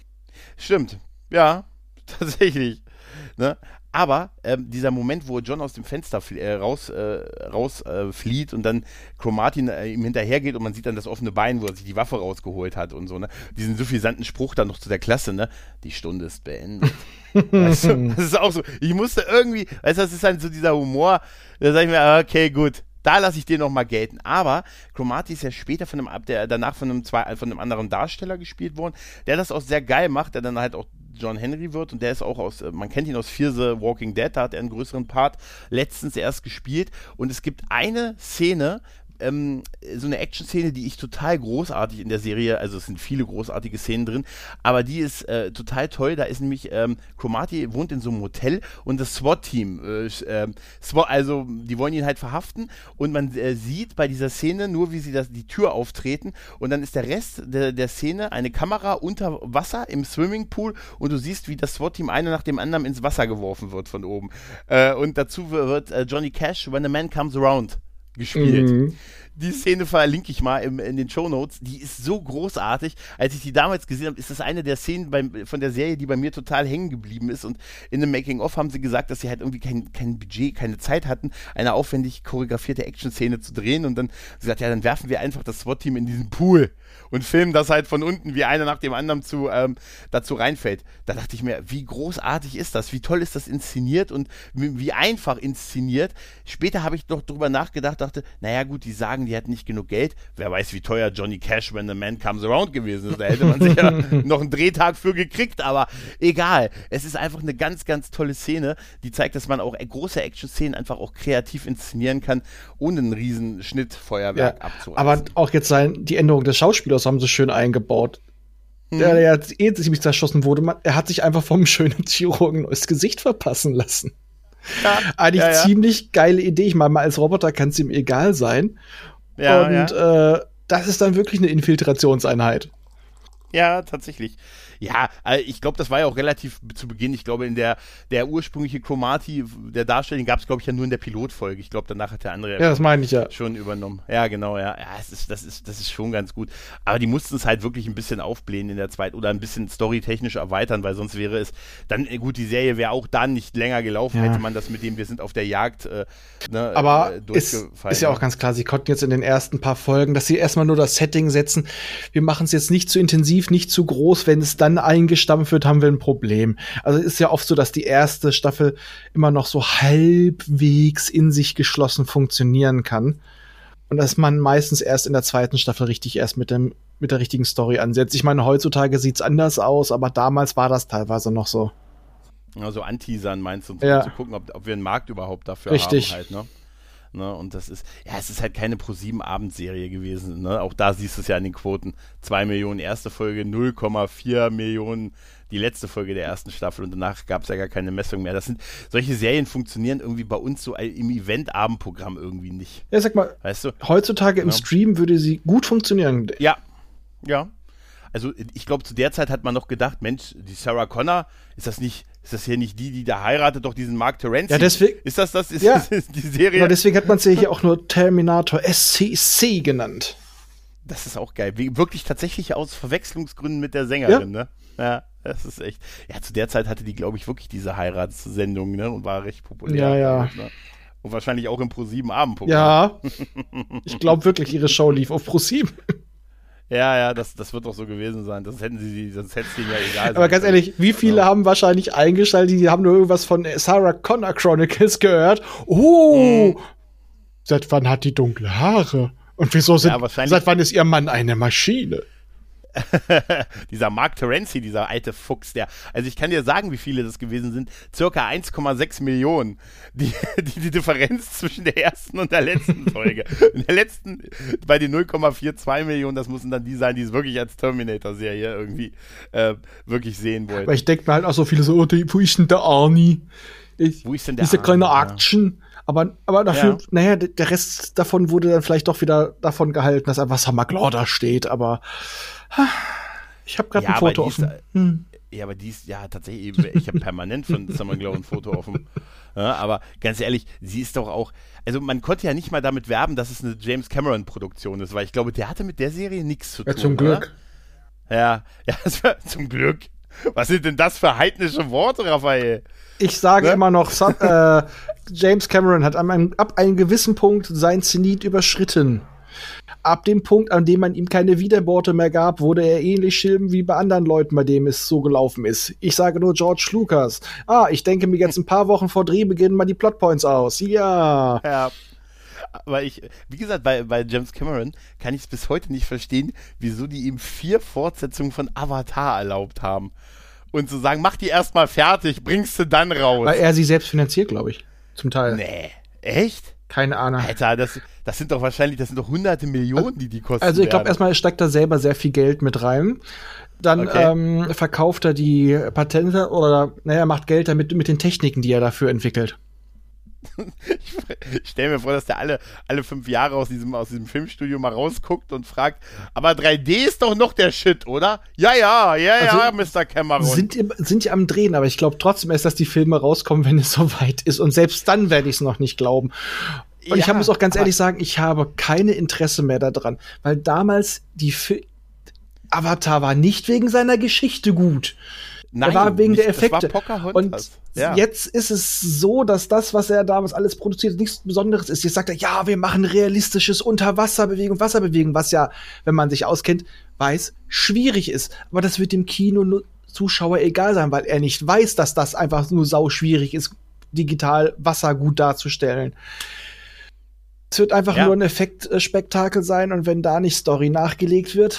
Speaker 2: Stimmt. Ja, tatsächlich. Ne? Aber ähm, dieser Moment, wo John aus dem Fenster fl- äh, raus, äh, raus äh, flieht und dann Cromartie äh, ihm hinterhergeht und man sieht dann das offene Bein, wo er sich die Waffe rausgeholt hat und so, ne? Diesen suffisanten Spruch dann noch zu der Klasse, ne? Die Stunde ist beendet. Weißt du? Das ist auch so, ich musste irgendwie, weißt du, das ist dann so dieser Humor, da sag ich mir, okay, gut. Da lasse ich den noch mal gelten. Aber Cromartie ist ja später von einem, der danach von einem, zwei, von einem anderen Darsteller gespielt worden, der das auch sehr geil macht, der dann halt auch John Henry wird und der ist auch aus, man kennt ihn aus Fear the Walking Dead, da hat er einen größeren Part letztens erst gespielt und es gibt eine Szene, ähm, so eine Action-Szene, die ich total großartig in der Serie, also es sind viele großartige Szenen drin, aber die ist äh, total toll, da ist nämlich, ähm, Cromartie wohnt in so einem Hotel und das SWAT-Team, äh, äh, SWAT, also die wollen ihn halt verhaften und man äh, sieht bei dieser Szene nur, wie sie das, die Tür auftreten und dann ist der Rest der, der Szene eine Kamera unter Wasser im Swimmingpool und du siehst, wie das SWAT-Team einer nach dem anderen ins Wasser geworfen wird von oben. Äh, und dazu wird äh, Johnny Cash, When a Man Comes Around gespielt. Mhm. Die Szene verlinke ich mal im, in den Shownotes. Die ist so großartig. Als ich die damals gesehen habe, ist das eine der Szenen bei, von der Serie, die bei mir total hängen geblieben ist. Und in dem Making-of haben sie gesagt, dass sie halt irgendwie kein, kein Budget, keine Zeit hatten, eine aufwendig choreografierte Action-Szene zu drehen. Und dann sie gesagt, ja, dann werfen wir einfach das SWAT-Team in diesen Pool und filmen das halt von unten, wie einer nach dem anderen zu, ähm, dazu reinfällt. Da dachte ich mir, wie großartig ist das? Wie toll ist das inszeniert und wie, wie einfach inszeniert. Später habe ich noch drüber nachgedacht, dachte, naja gut, die sagen, die hatten nicht genug Geld. Wer weiß, wie teuer Johnny Cash, When the Man Comes Around gewesen ist. Da hätte man sich ja noch einen Drehtag für gekriegt, aber egal. Es ist einfach eine ganz, ganz tolle Szene, die zeigt, dass man auch große Action-Szenen einfach auch kreativ inszenieren kann, ohne einen riesen Schnittfeuerwerk ja, abzureißen.
Speaker 3: Aber auch jetzt sein, die Änderung des Schauspielers haben sie schön eingebaut. Hm. Der, der jetzt eh ziemlich zerschossen wurde, man, er hat sich einfach vom schönen Chirurgen neues Gesicht verpassen lassen. Ja, Eigentlich ja, ja. ziemlich geile Idee. Ich meine, mal als Roboter kann es ihm egal sein. Ja, und ja. Äh, das ist dann wirklich eine Infiltrationseinheit.
Speaker 2: Ja, tatsächlich. Ja, ich glaube, das war ja auch relativ zu Beginn. Ich glaube, in der, der ursprüngliche Cromartie, der Darstellung, gab es, glaube ich, ja nur in der Pilotfolge. Ich glaube, danach hat der andere
Speaker 3: ja, das meine ich ja.
Speaker 2: schon übernommen. Ja, genau, ja. Ja, es ist, das, ist, das ist schon ganz gut. Aber die mussten es halt wirklich ein bisschen aufblähen in der zweiten oder ein bisschen storytechnisch erweitern, weil sonst wäre es dann, gut, die Serie wäre auch dann nicht länger gelaufen, ja. hätte man das mit dem, wir sind auf der Jagd äh, ne,
Speaker 3: Aber äh, ist, ist ja auch ganz klar, sie konnten jetzt in den ersten paar Folgen, dass sie erstmal nur das Setting setzen. Wir machen es jetzt nicht zu intensiv, nicht zu groß, wenn es dann eingestampft wird, haben wir ein Problem. Also es ist ja oft so, dass die erste Staffel immer noch so halbwegs in sich geschlossen funktionieren kann. Und dass man meistens erst in der zweiten Staffel richtig erst mit dem mit der richtigen Story ansetzt. Ich meine, heutzutage sieht's anders aus, aber damals war das teilweise noch so.
Speaker 2: Also anteasern meinst du, um
Speaker 3: ja.
Speaker 2: zu gucken, ob, ob wir einen Markt überhaupt dafür
Speaker 3: richtig.
Speaker 2: haben halt, ne? Ne, und das ist, ja, es ist halt keine Pro sieben Abendserie gewesen. Ne? Auch da siehst du es ja an den Quoten. zwei Millionen erste Folge, null Komma vier Millionen die letzte Folge der ersten Staffel und danach gab es ja gar keine Messung mehr. Das sind, solche Serien funktionieren irgendwie bei uns so im Event-Abendprogramm irgendwie nicht.
Speaker 3: Ja, sag mal,
Speaker 2: weißt du?
Speaker 3: Heutzutage im ja. Stream würde sie gut funktionieren.
Speaker 2: Ja, ja. Also ich glaube, zu der Zeit hat man noch gedacht, Mensch, die Sarah Connor, ist das nicht Ist das hier nicht die, die da heiratet, doch diesen Mark Terenzi?
Speaker 3: Ja, deswegen.
Speaker 2: Ist das das? Ist,
Speaker 3: ja.
Speaker 2: ist die Serie?
Speaker 3: Genau, deswegen hat man sie hier auch nur Terminator S C C genannt.
Speaker 2: Das ist auch geil. Wie, wirklich tatsächlich aus Verwechslungsgründen mit der Sängerin, ja. ne? Ja, das ist echt. Ja, zu der Zeit hatte die, glaube ich, wirklich diese Heiratssendung, ne? Und war recht populär.
Speaker 3: Ja, ja.
Speaker 2: Damit, ne? Und wahrscheinlich auch im Pro sieben Abendprogramm.
Speaker 3: Ja. Ich glaube wirklich, ihre Show lief auf Pro sieben.
Speaker 2: Ja, ja, das, das wird doch so gewesen sein. Das hätten sie, sonst hätte es denen ja egal sein.
Speaker 3: Aber ganz ehrlich, wie viele ja. haben wahrscheinlich eingeschaltet, die haben nur irgendwas von Sarah Connor Chronicles gehört. Oh, mhm. Seit wann hat die dunkle Haare? Und wieso sind,
Speaker 2: ja,
Speaker 3: seit wann ist ihr Mann eine Maschine?
Speaker 2: dieser Mark Terenzi, dieser alte Fuchs, der, also ich kann dir sagen, wie viele das gewesen sind, circa eins Komma sechs Millionen, die, die, die Differenz zwischen der ersten und der letzten Folge. In der letzten, bei den null Komma zweiundvierzig Millionen, das müssen dann die sein, die es wirklich als Terminator-Serie irgendwie äh, wirklich sehen wollen.
Speaker 3: Aber ich denke mir halt auch so viele so, oh, wo ist denn der Arnie? Ich,
Speaker 2: wo ist denn der
Speaker 3: Diese
Speaker 2: Arnie?
Speaker 3: kleine
Speaker 2: Ja.
Speaker 3: Action. Aber, aber dafür,
Speaker 2: Ja.
Speaker 3: naja, der Rest davon wurde dann vielleicht doch wieder davon gehalten, dass einfach Summerglaw da steht, aber ich habe gerade
Speaker 2: Ja,
Speaker 3: ein
Speaker 2: aber
Speaker 3: Foto
Speaker 2: die ist-
Speaker 3: offen. Hm.
Speaker 2: Ja, aber die ist, ja, tatsächlich, ich habe permanent von Summer Glow ein Foto offen. Ja, aber ganz ehrlich, sie ist doch auch, also man konnte ja nicht mal damit werben, dass es eine James Cameron-Produktion ist, weil ich glaube, der hatte mit der Serie nichts zu tun.
Speaker 3: Ja, zum Glück.
Speaker 2: Oder? Ja, ja, das war, zum Glück. Was sind denn das für heidnische Worte, Raphael?
Speaker 3: Ich sage
Speaker 2: Ne?
Speaker 3: immer noch, Sun, äh, James Cameron hat an einem, ab einem gewissen Punkt sein Zenit überschritten. Ab dem Punkt, an dem man ihm keine Widerworte mehr gab, wurde er ähnlich schilben wie bei anderen Leuten, bei denen es so gelaufen ist. Ich sage nur George Lucas. Ah, ich denke mir jetzt ein paar Wochen vor Drehbeginn mal die Plotpoints aus. Ja.
Speaker 2: Ja. Aber ich, wie gesagt, bei, bei James Cameron kann ich es bis heute nicht verstehen, wieso die ihm vier Fortsetzungen von Avatar erlaubt haben. Und zu sagen, mach die erstmal fertig, bringst du dann raus.
Speaker 3: Weil er sie selbst finanziert, glaube ich. Zum Teil.
Speaker 2: Nee, echt?
Speaker 3: Keine Ahnung.
Speaker 2: Alter, das, das sind doch wahrscheinlich, das sind doch hunderte Millionen, die die kosten.
Speaker 3: Also ich glaube,
Speaker 2: werden.
Speaker 3: erstmal steckt da selber sehr viel Geld mit rein. Dann
Speaker 2: Okay.
Speaker 3: ähm, verkauft er die Patente oder, naja, macht Geld damit mit den Techniken, die er dafür entwickelt.
Speaker 2: Ich, ich stelle mir vor, dass der alle, alle fünf Jahre aus diesem, aus diesem Filmstudio mal rausguckt und fragt, aber drei D ist doch noch der Shit, oder? Ja, ja, ja, ja,
Speaker 3: Also,
Speaker 2: Mister Cameron.
Speaker 3: Sind, im- sind ja am Drehen, aber ich glaube trotzdem erst, dass die Filme rauskommen, wenn es soweit ist. Und selbst dann werde ich es noch nicht glauben. Und ich
Speaker 2: Ja,
Speaker 3: muss auch ganz
Speaker 2: aber-
Speaker 3: ehrlich sagen, ich habe keine Interesse mehr daran. Weil damals die Fi- Avatar war nicht wegen seiner Geschichte gut.
Speaker 2: Nein,
Speaker 3: er war wegen
Speaker 2: nicht,
Speaker 3: der Effekte.
Speaker 2: Das war Pocahontas.
Speaker 3: Und
Speaker 2: ja.
Speaker 3: jetzt ist es so, dass das, was er damals alles produziert, nichts Besonderes ist. Jetzt sagt er, ja, wir machen realistisches Unterwasserbewegung, Wasserbewegung, was ja, wenn man sich auskennt, weiß, schwierig ist. Aber das wird dem Kino-Zuschauer egal sein, weil er nicht weiß, dass das einfach nur sau schwierig ist, digital Wasser gut darzustellen. Es wird einfach
Speaker 2: Ja.
Speaker 3: nur ein Effektspektakel sein und wenn da nicht Story nachgelegt wird,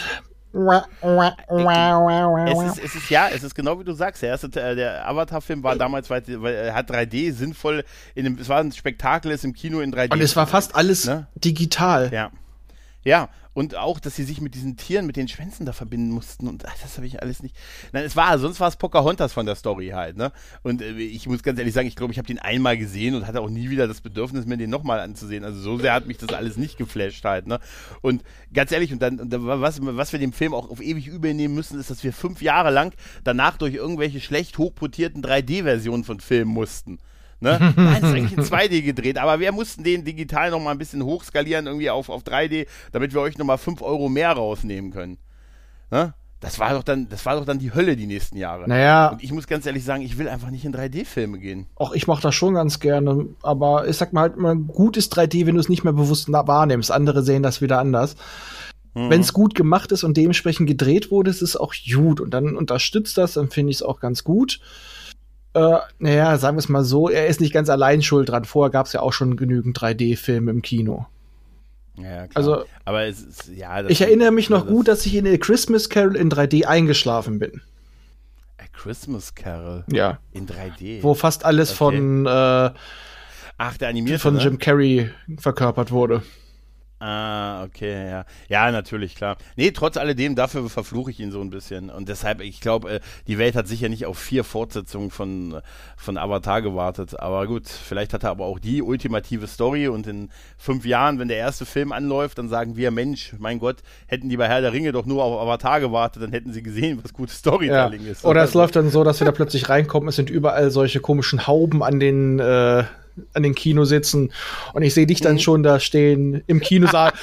Speaker 2: Es ist, es ist, ja, es ist genau wie du sagst. Der erste, äh, der Avatar-Film war damals, weil, weil er hat drei D sinnvoll, in dem, es war ein Spektakel, es im Kino in drei D.
Speaker 3: und es war fast alles
Speaker 2: Ne?
Speaker 3: digital.
Speaker 2: Ja. Ja, und auch, dass sie sich mit diesen Tieren, mit den Schwänzen da verbinden mussten und ach, das habe ich alles nicht. Nein, es war, sonst war es Pocahontas von der Story halt, ne? Und äh, ich muss ganz ehrlich sagen, ich glaube, ich habe den einmal gesehen und hatte auch nie wieder das Bedürfnis, mir den nochmal anzusehen. Also so sehr hat mich das alles nicht geflasht halt, ne? Und ganz ehrlich, und dann, und dann was, was wir dem Film auch auf ewig übel nehmen müssen, ist, dass wir fünf Jahre lang danach durch irgendwelche schlecht hochpotierten drei D-Versionen von Filmen mussten. Ne? Nein, es ist eigentlich in zwei D gedreht, aber wir mussten den digital noch mal ein bisschen hochskalieren, irgendwie auf, auf drei D, damit wir euch noch mal fünf Euro mehr rausnehmen können. Ne? Das war doch dann, das war doch dann die Hölle die nächsten Jahre.
Speaker 3: Naja,
Speaker 2: Und ich muss ganz ehrlich sagen, ich will einfach nicht in drei D-Filme gehen.
Speaker 3: auch ich mache das schon ganz gerne, aber ich sag mal halt immer, gut ist drei D, wenn du es nicht mehr bewusst na- wahrnimmst. Andere sehen das wieder anders.
Speaker 2: Mhm.
Speaker 3: Wenn es gut gemacht ist und dementsprechend gedreht wurde, ist es auch gut und dann unterstützt das, dann finde ich es auch ganz gut. Äh, naja, sagen wir es mal so, er ist nicht ganz allein schuld dran. Vorher gab es ja auch schon genügend drei D-Filme im Kino.
Speaker 2: Ja, klar.
Speaker 3: Also,
Speaker 2: aber es ist, ja. Das
Speaker 3: Ich erinnere mich noch
Speaker 2: das-
Speaker 3: gut, dass ich in A Christmas Carol in drei D eingeschlafen bin.
Speaker 2: A Christmas Carol
Speaker 3: Ja.
Speaker 2: in drei D.
Speaker 3: Wo fast alles
Speaker 2: Okay.
Speaker 3: von, äh,
Speaker 2: Ach, der animierte,
Speaker 3: von
Speaker 2: ne?
Speaker 3: Jim Carrey verkörpert wurde.
Speaker 2: Ah, okay, ja. Ja, natürlich, klar. Nee, trotz alledem, dafür verfluche ich ihn so ein bisschen. Und deshalb, ich glaube, äh, die Welt hat sicher nicht auf vier Fortsetzungen von, von Avatar gewartet. Aber gut, vielleicht hat er aber auch die ultimative Story und in fünf Jahren, wenn der erste Film anläuft, dann sagen wir, Mensch, mein Gott, hätten die bei Herr der Ringe doch nur auf Avatar gewartet, dann hätten sie gesehen, was gutes
Speaker 3: Ja.
Speaker 2: Storytelling ist.
Speaker 3: Oder es
Speaker 2: Also,
Speaker 3: läuft dann so, dass wir da plötzlich reinkommen, es sind überall solche komischen Hauben an den, äh, an den Kinositzen und ich sehe dich dann
Speaker 2: Mhm.
Speaker 3: schon da stehen im Kinosaal.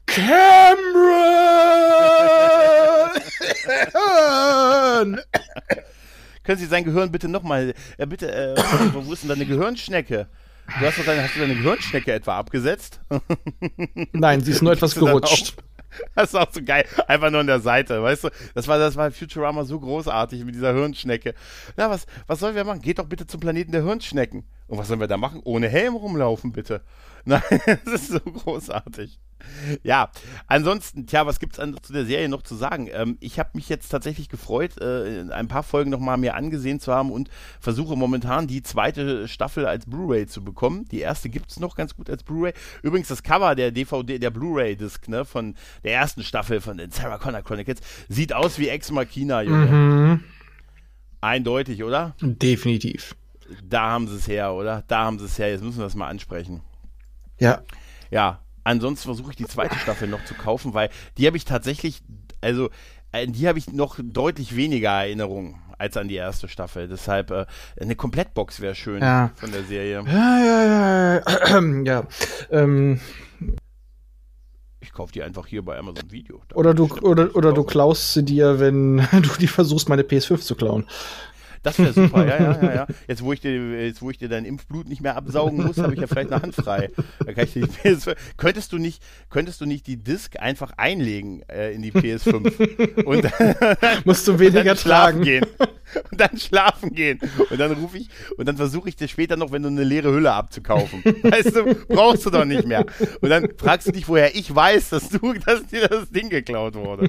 Speaker 3: Cameron!
Speaker 2: Können Sie sein Gehirn bitte nochmal, äh, bitte, äh, wo ist denn deine Gehirnschnecke? Du hast doch deine, hast du deine Gehirnschnecke etwa abgesetzt?
Speaker 3: Nein, sie ist nur etwas
Speaker 2: Bist du dann
Speaker 3: gerutscht.
Speaker 2: Das ist auch so geil. Einfach nur an der Seite, weißt du? Das war, das war Futurama so großartig mit dieser Hirnschnecke. Na, was, was sollen wir machen? Geht doch bitte zum Planeten der Hirnschnecken. Und was sollen wir da machen? Ohne Helm rumlaufen, bitte. Nein, das ist so großartig. Ja, ansonsten, tja, was gibt's an, zu der Serie noch zu sagen? Ähm, ich habe mich jetzt tatsächlich gefreut, äh, ein paar Folgen nochmal mir angesehen zu haben und versuche momentan die zweite Staffel als Blu-ray zu bekommen. Die erste gibt's noch ganz gut als Blu-ray. Übrigens das Cover der D V D, der Blu-ray-Disc, ne, von der ersten Staffel von den Sarah Connor Chronicles, sieht aus wie Ex Machina, Junge. Mhm. Eindeutig, oder?
Speaker 3: Definitiv.
Speaker 2: Da haben sie es her, oder? Da haben sie es her. Jetzt müssen wir das mal ansprechen.
Speaker 3: Ja.
Speaker 2: Ja. Ansonsten versuche ich die zweite Staffel noch zu kaufen, weil die habe ich tatsächlich, also an die habe ich noch deutlich weniger Erinnerungen als an die erste Staffel. Deshalb äh, eine Komplettbox wäre schön
Speaker 3: ja.
Speaker 2: von der Serie.
Speaker 3: Ja, ja, ja, ja. ja. Ähm.
Speaker 2: Ich kaufe die einfach hier bei Amazon Video. Da
Speaker 3: oder du, oder, oder du klaust sie dir, wenn du die versuchst, meine P S fünf zu klauen.
Speaker 2: Das wäre super, ja, ja, ja, ja. Jetzt, wo ich dir, jetzt, wo ich dir dein Impfblut nicht mehr absaugen muss, habe ich ja vielleicht eine Hand frei. Da kann ich die P S fünf, könntest du nicht, könntest du nicht die Disc einfach einlegen äh, in die P S fünf und dann,
Speaker 3: musst du weniger
Speaker 2: und dann
Speaker 3: tragen
Speaker 2: gehen und dann schlafen gehen und dann rufe ich und dann versuche ich dir später noch, wenn du eine leere Hülle abzukaufen. Weißt du, brauchst du doch nicht mehr. Und dann fragst du dich, woher ich weiß, dass du, dass dir das Ding geklaut wurde.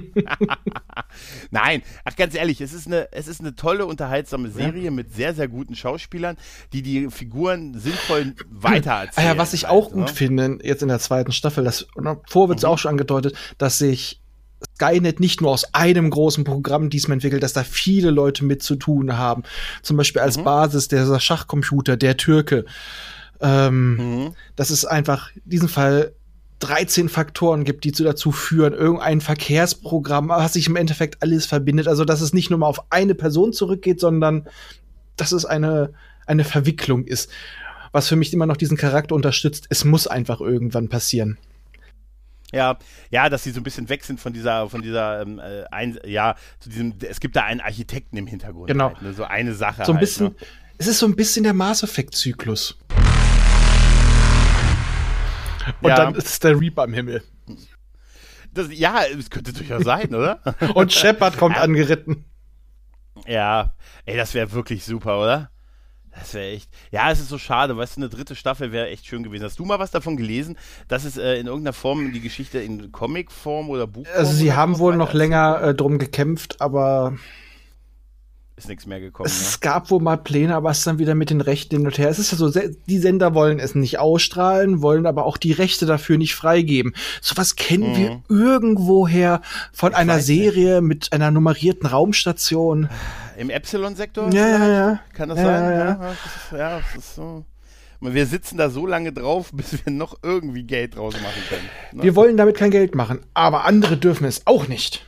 Speaker 2: Nein, ach ganz ehrlich, es ist eine, es ist eine tolle, unterhaltsame Serie ja. mit sehr, sehr guten Schauspielern, die die Figuren sinnvoll weitererzählen.
Speaker 3: Ah ja, was ich auch halt, gut ne? finde, jetzt in der zweiten Staffel, das vorher wird es mhm. auch schon angedeutet, dass sich Skynet nicht nur aus einem großen Programm diesmal entwickelt, dass da viele Leute mit zu tun haben. Zum Beispiel als mhm. Basis der Schachcomputer, der Türke. Ähm, mhm. Das ist einfach in diesem Fall dreizehn Faktoren gibt, die dazu führen, irgendein Verkehrsprogramm, was sich im Endeffekt alles verbindet. Also, dass es nicht nur mal auf eine Person zurückgeht, sondern dass es eine, eine Verwicklung ist. Was für mich immer noch diesen Charakter unterstützt. Es muss einfach irgendwann passieren.
Speaker 2: Ja, ja, dass sie so ein bisschen weg sind von dieser, von dieser, ähm, ein, ja, zu diesem, es gibt da einen Architekten im Hintergrund.
Speaker 3: Genau.
Speaker 2: Halt, ne? So eine Sache.
Speaker 3: So ein
Speaker 2: halt,
Speaker 3: bisschen,
Speaker 2: ne?
Speaker 3: Es ist so ein bisschen der Mass-Effect-Zyklus. Und ja. dann ist der Reaper im Himmel.
Speaker 2: Das, ja, es könnte durchaus sein, oder?
Speaker 3: Und Shepard kommt ja. angeritten.
Speaker 2: Ja, ey, das wäre wirklich super, oder? Das wäre echt. Ja, es ist so schade, weißt du, eine dritte Staffel wäre echt schön gewesen. Hast du mal was davon gelesen, dass es äh, in irgendeiner Form die Geschichte in Comicform oder Buchform?
Speaker 3: Also, sie haben wohl noch länger äh, drum gekämpft, aber.
Speaker 2: Ist nichts mehr gekommen.
Speaker 3: Es
Speaker 2: ne?
Speaker 3: gab wohl mal Pläne, aber es ist dann wieder mit den Rechten hin und her. Es ist ja so, die Sender wollen es nicht ausstrahlen, wollen aber auch die Rechte dafür nicht freigeben. Sowas kennen mhm. wir irgendwoher von ich einer Serie nicht. mit einer nummerierten Raumstation.
Speaker 2: Im Epsilon-Sektor?
Speaker 3: Ja, ja, ja.
Speaker 2: Kann das
Speaker 3: ja,
Speaker 2: sein?
Speaker 3: Ja, ja.
Speaker 2: Ja, das ist, ja, das ist so. Wir sitzen da so lange drauf, bis wir noch irgendwie Geld draus machen können. Ne?
Speaker 3: Wir wollen damit kein Geld machen, aber andere dürfen es auch nicht.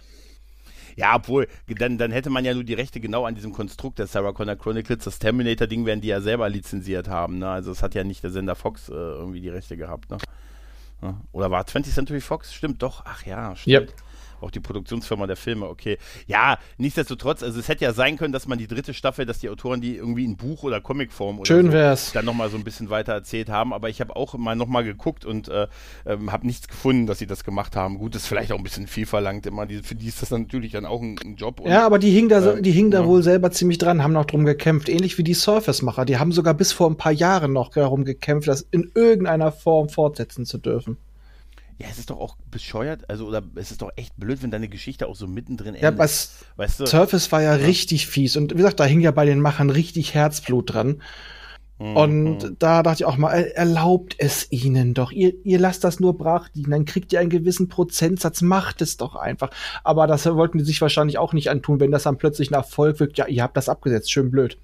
Speaker 2: Ja, obwohl, dann, dann hätte man ja nur die Rechte genau an diesem Konstrukt der Sarah Connor Chronicles. Das Terminator-Ding werden die ja selber lizenziert haben. Ne? Also es hat ja nicht der Sender Fox äh, irgendwie die Rechte gehabt. Ne? Ja. Oder war twentieth Century Fox? Stimmt doch. Ach ja, stimmt.
Speaker 3: Yep.
Speaker 2: Auch die Produktionsfirma der Filme, okay. Ja, nichtsdestotrotz, also es hätte ja sein können, dass man die dritte Staffel, dass die Autoren die irgendwie in Buch- oder Comicform oder
Speaker 3: Schön
Speaker 2: so
Speaker 3: wär's.
Speaker 2: dann nochmal so ein bisschen weiter erzählt haben, aber ich habe auch mal nochmal geguckt und äh, ähm, habe nichts gefunden, dass sie das gemacht haben. Gut, das ist vielleicht auch ein bisschen viel verlangt immer, die, für die ist das dann natürlich dann auch ein, ein Job. Und,
Speaker 3: ja, aber die hingen da, so,
Speaker 2: äh,
Speaker 3: die hingen da
Speaker 2: ja.
Speaker 3: wohl selber ziemlich dran, haben noch drum gekämpft, ähnlich wie die Surface-Macher. Die haben sogar bis vor ein paar Jahren noch darum gekämpft, das in irgendeiner Form fortsetzen zu dürfen.
Speaker 2: Ja, es ist doch auch bescheuert, also oder es ist doch echt blöd, wenn deine Geschichte auch so mittendrin endet.
Speaker 3: Ja, was
Speaker 2: weißt du?
Speaker 3: Surface war ja, ja richtig fies und wie gesagt, da hing ja bei den Machern richtig Herzblut dran. Mhm. Und da dachte ich auch mal, erlaubt es ihnen doch. Ihr, ihr lasst das nur brach liegen, dann kriegt ihr einen gewissen Prozentsatz, macht es doch einfach. Aber das wollten die sich wahrscheinlich auch nicht antun, wenn das dann plötzlich ein Erfolg wirkt. Ja, ihr habt das abgesetzt, schön blöd.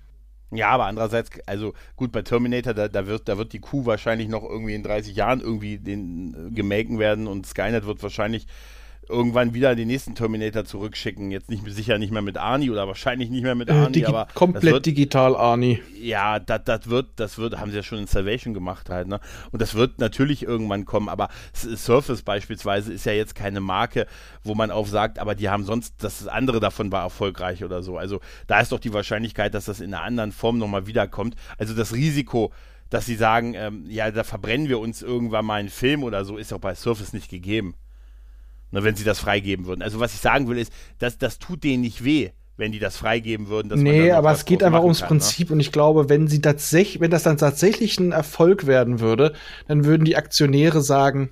Speaker 2: Ja, aber andererseits, also gut, bei Terminator, da, da, wird, da wird die Kuh wahrscheinlich noch irgendwie in dreißig Jahren irgendwie den, äh, gemelken werden und Skynet wird wahrscheinlich irgendwann wieder den nächsten Terminator zurückschicken. Jetzt nicht sicher nicht mehr mit Arnie oder wahrscheinlich nicht mehr mit Arnie, äh, digi- aber
Speaker 3: komplett
Speaker 2: wird,
Speaker 3: digital Arnie.
Speaker 2: Ja, das das wird, das wird, haben sie ja schon in Salvation gemacht halt, ne? Und das wird natürlich irgendwann kommen, aber Surface beispielsweise ist ja jetzt keine Marke, wo man auch sagt, aber die haben sonst, das andere davon war erfolgreich oder so. Also da ist doch die Wahrscheinlichkeit, dass das in einer anderen Form nochmal wiederkommt. Also das Risiko, dass sie sagen, ähm, ja, da verbrennen wir uns irgendwann mal einen Film oder so, ist auch bei Surface nicht gegeben. Na, wenn sie das freigeben würden. Also was ich sagen will ist, dass das tut denen nicht weh, wenn die das freigeben würden. Dass
Speaker 3: nee,
Speaker 2: man dann noch
Speaker 3: aber
Speaker 2: was
Speaker 3: es geht
Speaker 2: draus
Speaker 3: einfach
Speaker 2: machen
Speaker 3: ums
Speaker 2: kann,
Speaker 3: Prinzip, ne? Und ich glaube, wenn sie tatsächlich, wenn das dann tatsächlich ein Erfolg werden würde, dann würden die Aktionäre sagen,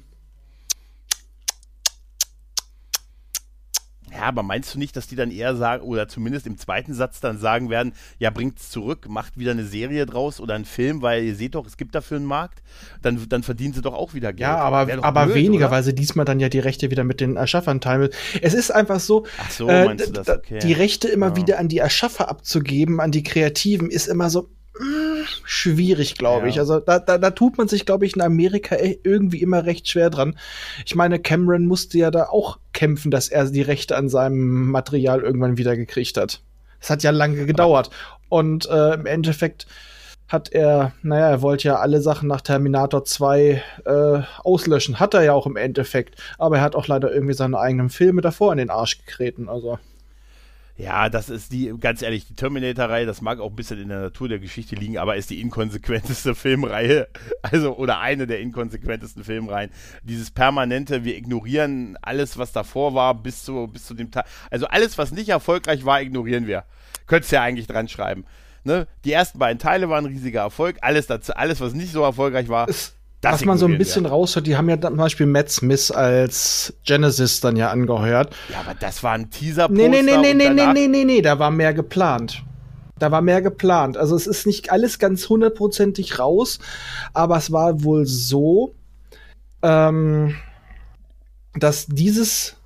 Speaker 2: ja, aber meinst du nicht, dass die dann eher sagen, oder zumindest im zweiten Satz dann sagen werden, ja, bringt's zurück, macht wieder eine Serie draus oder einen Film, weil ihr seht doch, es gibt dafür einen Markt, dann, dann verdienen sie doch auch wieder Geld.
Speaker 3: Ja, aber, aber blöd, weniger, oder? Weil sie diesmal dann ja die Rechte wieder mit den Erschaffern teilen. Es ist einfach so,
Speaker 2: Ach so,
Speaker 3: äh,
Speaker 2: meinst du das? Okay.
Speaker 3: Die Rechte immer
Speaker 2: ja.
Speaker 3: wieder an die Erschaffer abzugeben, an die Kreativen, ist immer so mh, schwierig, glaube ja. ich. Also da, da, da tut man sich, glaube ich, in Amerika irgendwie immer recht schwer dran. Ich meine, Cameron musste ja da auch kämpfen, dass er die Rechte an seinem Material irgendwann wieder gekriegt hat. Das hat ja lange gedauert. Aber Und äh, im Endeffekt hat er, naja, er wollte ja alle Sachen nach Terminator zwei äh, auslöschen. Hat er ja auch im Endeffekt. Aber er hat auch leider irgendwie seine eigenen Filme davor in den Arsch getreten. Also
Speaker 2: ja, das ist die, ganz ehrlich, die Terminator-Reihe, das mag auch ein bisschen in der Natur der Geschichte liegen, aber ist die inkonsequenteste Filmreihe, also, oder eine der inkonsequentesten Filmreihen. Dieses permanente, wir ignorieren alles, was davor war, bis zu, bis zu dem Tag, also alles, was nicht erfolgreich war, ignorieren wir. Könntest ja eigentlich dran schreiben. Ne? Die ersten beiden Teile waren ein riesiger Erfolg, alles dazu, alles, was nicht so erfolgreich war,
Speaker 3: es Das was man so ein bisschen wir. raushört, die haben ja zum Beispiel Matt Smith als Genesis dann ja angeheuert.
Speaker 2: Ja, aber das war ein Teaser-Poster.
Speaker 3: Nee, nee, nee, nee, nee, nee, nee, nee, nee, da war mehr geplant. Da war mehr geplant. Also es ist nicht alles ganz hundertprozentig raus, aber es war wohl so, ähm, dass dieses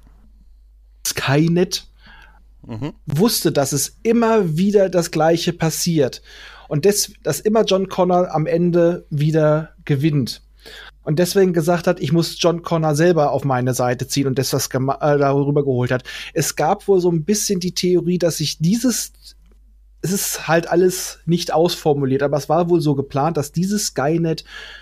Speaker 3: Skynet mhm. wusste, dass es immer wieder das Gleiche passiert. Und des, dass immer John Connor am Ende wieder gewinnt. Und deswegen gesagt hat, ich muss John Connor selber auf meine Seite ziehen und das, was äh, darüber geholt hat. Es gab wohl so ein bisschen die Theorie, dass sich dieses, es ist halt alles nicht ausformuliert, aber es war wohl so geplant, dass dieses Skynet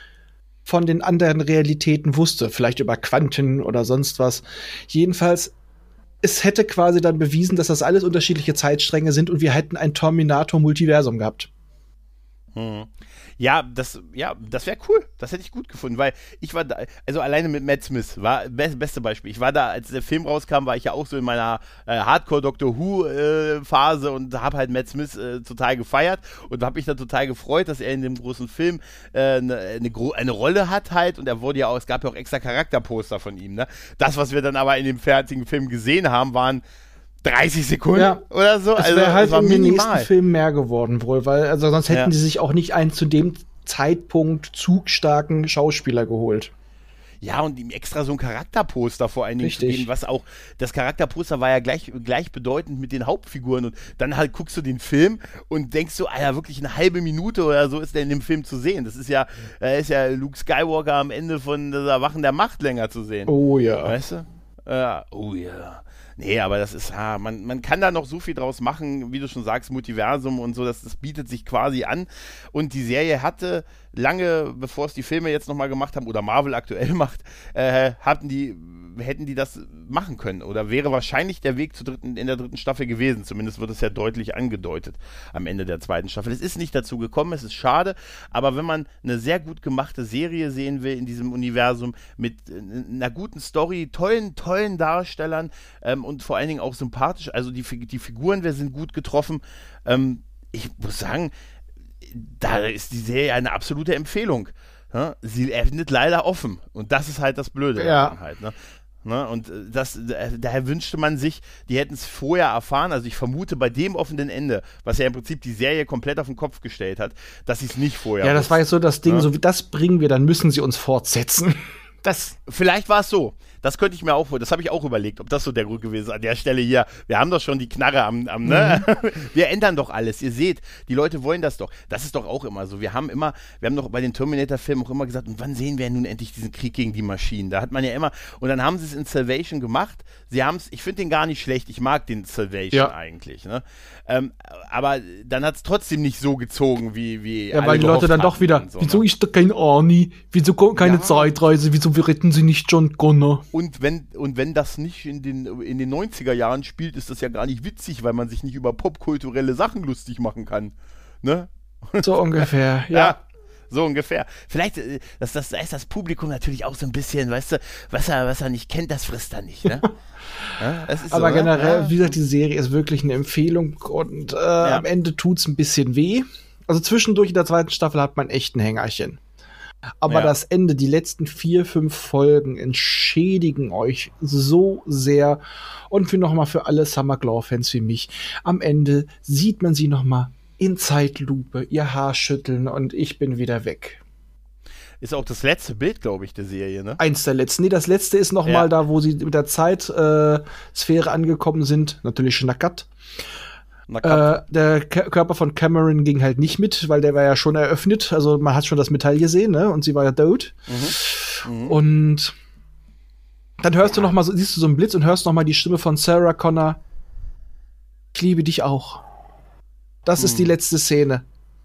Speaker 3: von den anderen Realitäten wusste. Vielleicht über Quanten oder sonst was. Jedenfalls, es hätte quasi dann bewiesen, dass das alles unterschiedliche Zeitstränge sind und wir hätten ein Terminator-Multiversum gehabt.
Speaker 2: Hm. Ja, das, ja, das wäre cool. Das hätte ich gut gefunden, weil ich war da, also alleine mit Matt Smith, war das beste Beispiel. Ich war da, als der Film rauskam, war ich ja auch so in meiner äh, Hardcore-Doctor Who-Phase äh, und habe halt Matt Smith äh, total gefeiert und habe mich dann total gefreut, dass er in dem großen Film äh, eine, eine, eine Rolle hat halt und er wurde ja auch, es gab ja auch extra Charakterposter von ihm, ne? Das, was wir dann aber in dem fertigen Film gesehen haben, waren dreißig Sekunden ja. oder so.
Speaker 3: Es
Speaker 2: also
Speaker 3: wäre halt
Speaker 2: war
Speaker 3: in den
Speaker 2: minimal.
Speaker 3: nächsten Film mehr geworden wohl, weil also sonst hätten ja. die sich auch nicht einen zu dem Zeitpunkt zugstarken Schauspieler geholt.
Speaker 2: Ja, und ihm extra so ein Charakterposter vor allen Dingen zu geben, was auch, das Charakterposter war ja gleich, gleichbedeutend mit den Hauptfiguren und dann halt guckst du den Film und denkst so, Alter, wirklich eine halbe Minute oder so ist der in dem Film zu sehen. Das ist ja, äh, ist ja Luke Skywalker am Ende von das Erwachen der Macht länger zu sehen.
Speaker 3: Oh ja.
Speaker 2: Weißt du? Ja, oh ja. Nee, aber das ist, ha, man, man kann da noch so viel draus machen, wie du schon sagst, Multiversum und so, das, das bietet sich quasi an. Und die Serie hatte lange, bevor es die Filme jetzt nochmal gemacht haben, oder Marvel aktuell macht, äh, hatten die, hätten die das machen können. Oder wäre wahrscheinlich der Weg zur dritten, in der dritten Staffel gewesen. Zumindest wird es ja deutlich angedeutet am Ende der zweiten Staffel. Es ist nicht dazu gekommen, es ist schade, aber wenn man eine sehr gut gemachte Serie sehen will in diesem Universum, mit einer guten Story, tollen, tollen Darstellern, ähm, und vor allen Dingen auch sympathisch, also die, die Figuren, wir sind gut getroffen. Ähm, ich muss sagen, da ist die Serie eine absolute Empfehlung. Ja? Sie endet leider offen und das ist halt das Blöde.
Speaker 3: Ja.
Speaker 2: Halt, ne? Ne? Und das, daher wünschte man sich, die hätten es vorher erfahren, also ich vermute bei dem offenen Ende, was ja im Prinzip die Serie komplett auf den Kopf gestellt hat, dass sie es nicht vorher
Speaker 3: Ja, das
Speaker 2: wussten.
Speaker 3: war jetzt so das Ding,
Speaker 2: Ja?
Speaker 3: so wie das bringen wir, dann müssen sie uns fortsetzen.
Speaker 2: Das, vielleicht war es so. Das könnte ich mir auch, das habe ich auch überlegt, ob das so der Grund gewesen ist. An der Stelle hier, wir haben doch schon die Knarre am, am ne? Mhm. Wir ändern doch alles. Ihr seht, die Leute wollen das doch. Das ist doch auch immer so. Wir haben immer, wir haben doch bei den Terminator-Filmen auch immer gesagt, und wann sehen wir nun endlich diesen Krieg gegen die Maschinen? Da hat man ja immer, und dann haben sie es in Salvation gemacht. Sie haben es, ich finde den gar nicht schlecht. Ich mag den Salvation ja. eigentlich. Ne? Ähm, aber dann hat es trotzdem nicht so gezogen, wie, wie
Speaker 3: Ja, weil die Leute dann doch wieder,
Speaker 2: so,
Speaker 3: wieso
Speaker 2: ne?
Speaker 3: ist da kein Arnie? Wieso keine ja. Zeitreise? Wieso retten sie nicht John Connor?
Speaker 2: Und wenn, und wenn das nicht in den, in den neunziger Jahren spielt, ist das ja gar nicht witzig, weil man sich nicht über popkulturelle Sachen lustig machen kann. Ne?
Speaker 3: So ungefähr, ja.
Speaker 2: ja. So ungefähr. Vielleicht, äh, das, das, da ist das Publikum natürlich auch so ein bisschen, weißt du, was er, was er nicht kennt, das frisst er nicht, ne? Ja, das ist
Speaker 3: Aber
Speaker 2: so,
Speaker 3: generell,
Speaker 2: ja.
Speaker 3: wie gesagt, die Serie ist wirklich eine Empfehlung und äh,
Speaker 2: Ja.
Speaker 3: am Ende tut's ein bisschen weh. Also zwischendurch in der zweiten Staffel hat man echt ein Hängerchen. Aber
Speaker 2: Ja.
Speaker 3: das Ende, die letzten vier, fünf Folgen entschädigen euch so sehr. Und für nochmal für alle Summer Glau-Fans wie mich, am Ende sieht man sie nochmal in Zeitlupe, ihr Haar schütteln und ich bin wieder weg.
Speaker 2: Ist auch das letzte Bild, glaube ich, der Serie, ne?
Speaker 3: Eins der letzten. Nee, das letzte ist noch
Speaker 2: Ja.
Speaker 3: mal da, wo sie mit der Zeitsphäre äh, Sphäre angekommen sind. Natürlich Schnackert.
Speaker 2: Na, Kap-
Speaker 3: Äh, der K- Körper von Cameron ging halt nicht mit, weil der war ja schon eröffnet. Also man hat schon das Metall gesehen, ne? Und sie war ja tot.
Speaker 2: Mhm.
Speaker 3: Und dann hörst du noch mal, so, siehst du so einen Blitz und hörst noch mal die Stimme von Sarah Connor. Ich liebe dich auch. Das ist die letzte Szene.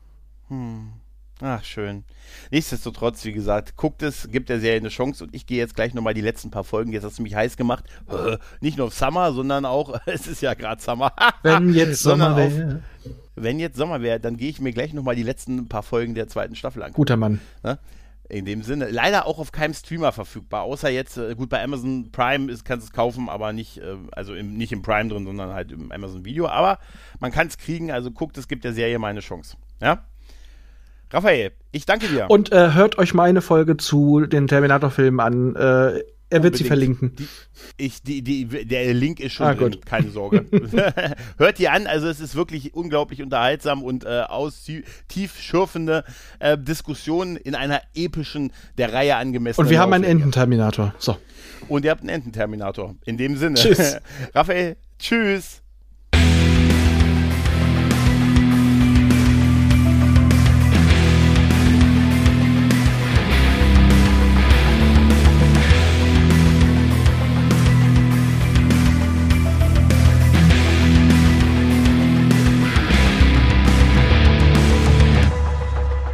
Speaker 2: Hm. Ach, schön. Nichtsdestotrotz, wie gesagt, guckt es, gibt der Serie eine Chance und ich gehe jetzt gleich nochmal die letzten paar Folgen, jetzt hast du mich heiß gemacht, nicht nur auf Summer, sondern auch, es ist ja gerade Summer.
Speaker 3: Wenn jetzt
Speaker 2: Sondern
Speaker 3: Sommer
Speaker 2: auf-
Speaker 3: wäre.
Speaker 2: Wenn jetzt Sommer wäre, dann gehe ich mir gleich nochmal die letzten paar Folgen der zweiten Staffel angucken.
Speaker 3: Guter Mann.
Speaker 2: Ne? In dem Sinne, leider auch auf keinem Streamer verfügbar, außer jetzt, äh, gut, bei Amazon Prime ist, kannst du es kaufen, aber nicht, äh, also im, nicht im Prime drin, sondern halt im Amazon Video, aber man kann es kriegen, also guckt, es gibt der Serie mal eine Chance. Ja? Raphael, ich danke dir.
Speaker 3: Und äh, hört euch meine Folge zu den Terminator-Filmen an. Äh, er wird sie
Speaker 2: Unbedingt.
Speaker 3: verlinken.
Speaker 2: Die, ich, die, die, der Link ist schon
Speaker 3: Ah,
Speaker 2: drin,
Speaker 3: gut.
Speaker 2: keine Sorge. Hört die an, also es ist wirklich unglaublich unterhaltsam und äh, aus tief schürfende äh, Diskussionen in einer epischen, der Reihe angemessenen
Speaker 3: Und wir haben einen
Speaker 2: Lauflänge.
Speaker 3: Ententerminator. So.
Speaker 2: Und ihr habt einen Ententerminator. In dem Sinne.
Speaker 3: Tschüss.
Speaker 2: Raphael, tschüss.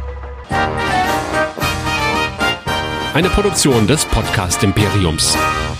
Speaker 4: Eine Produktion des Podcast Imperiums.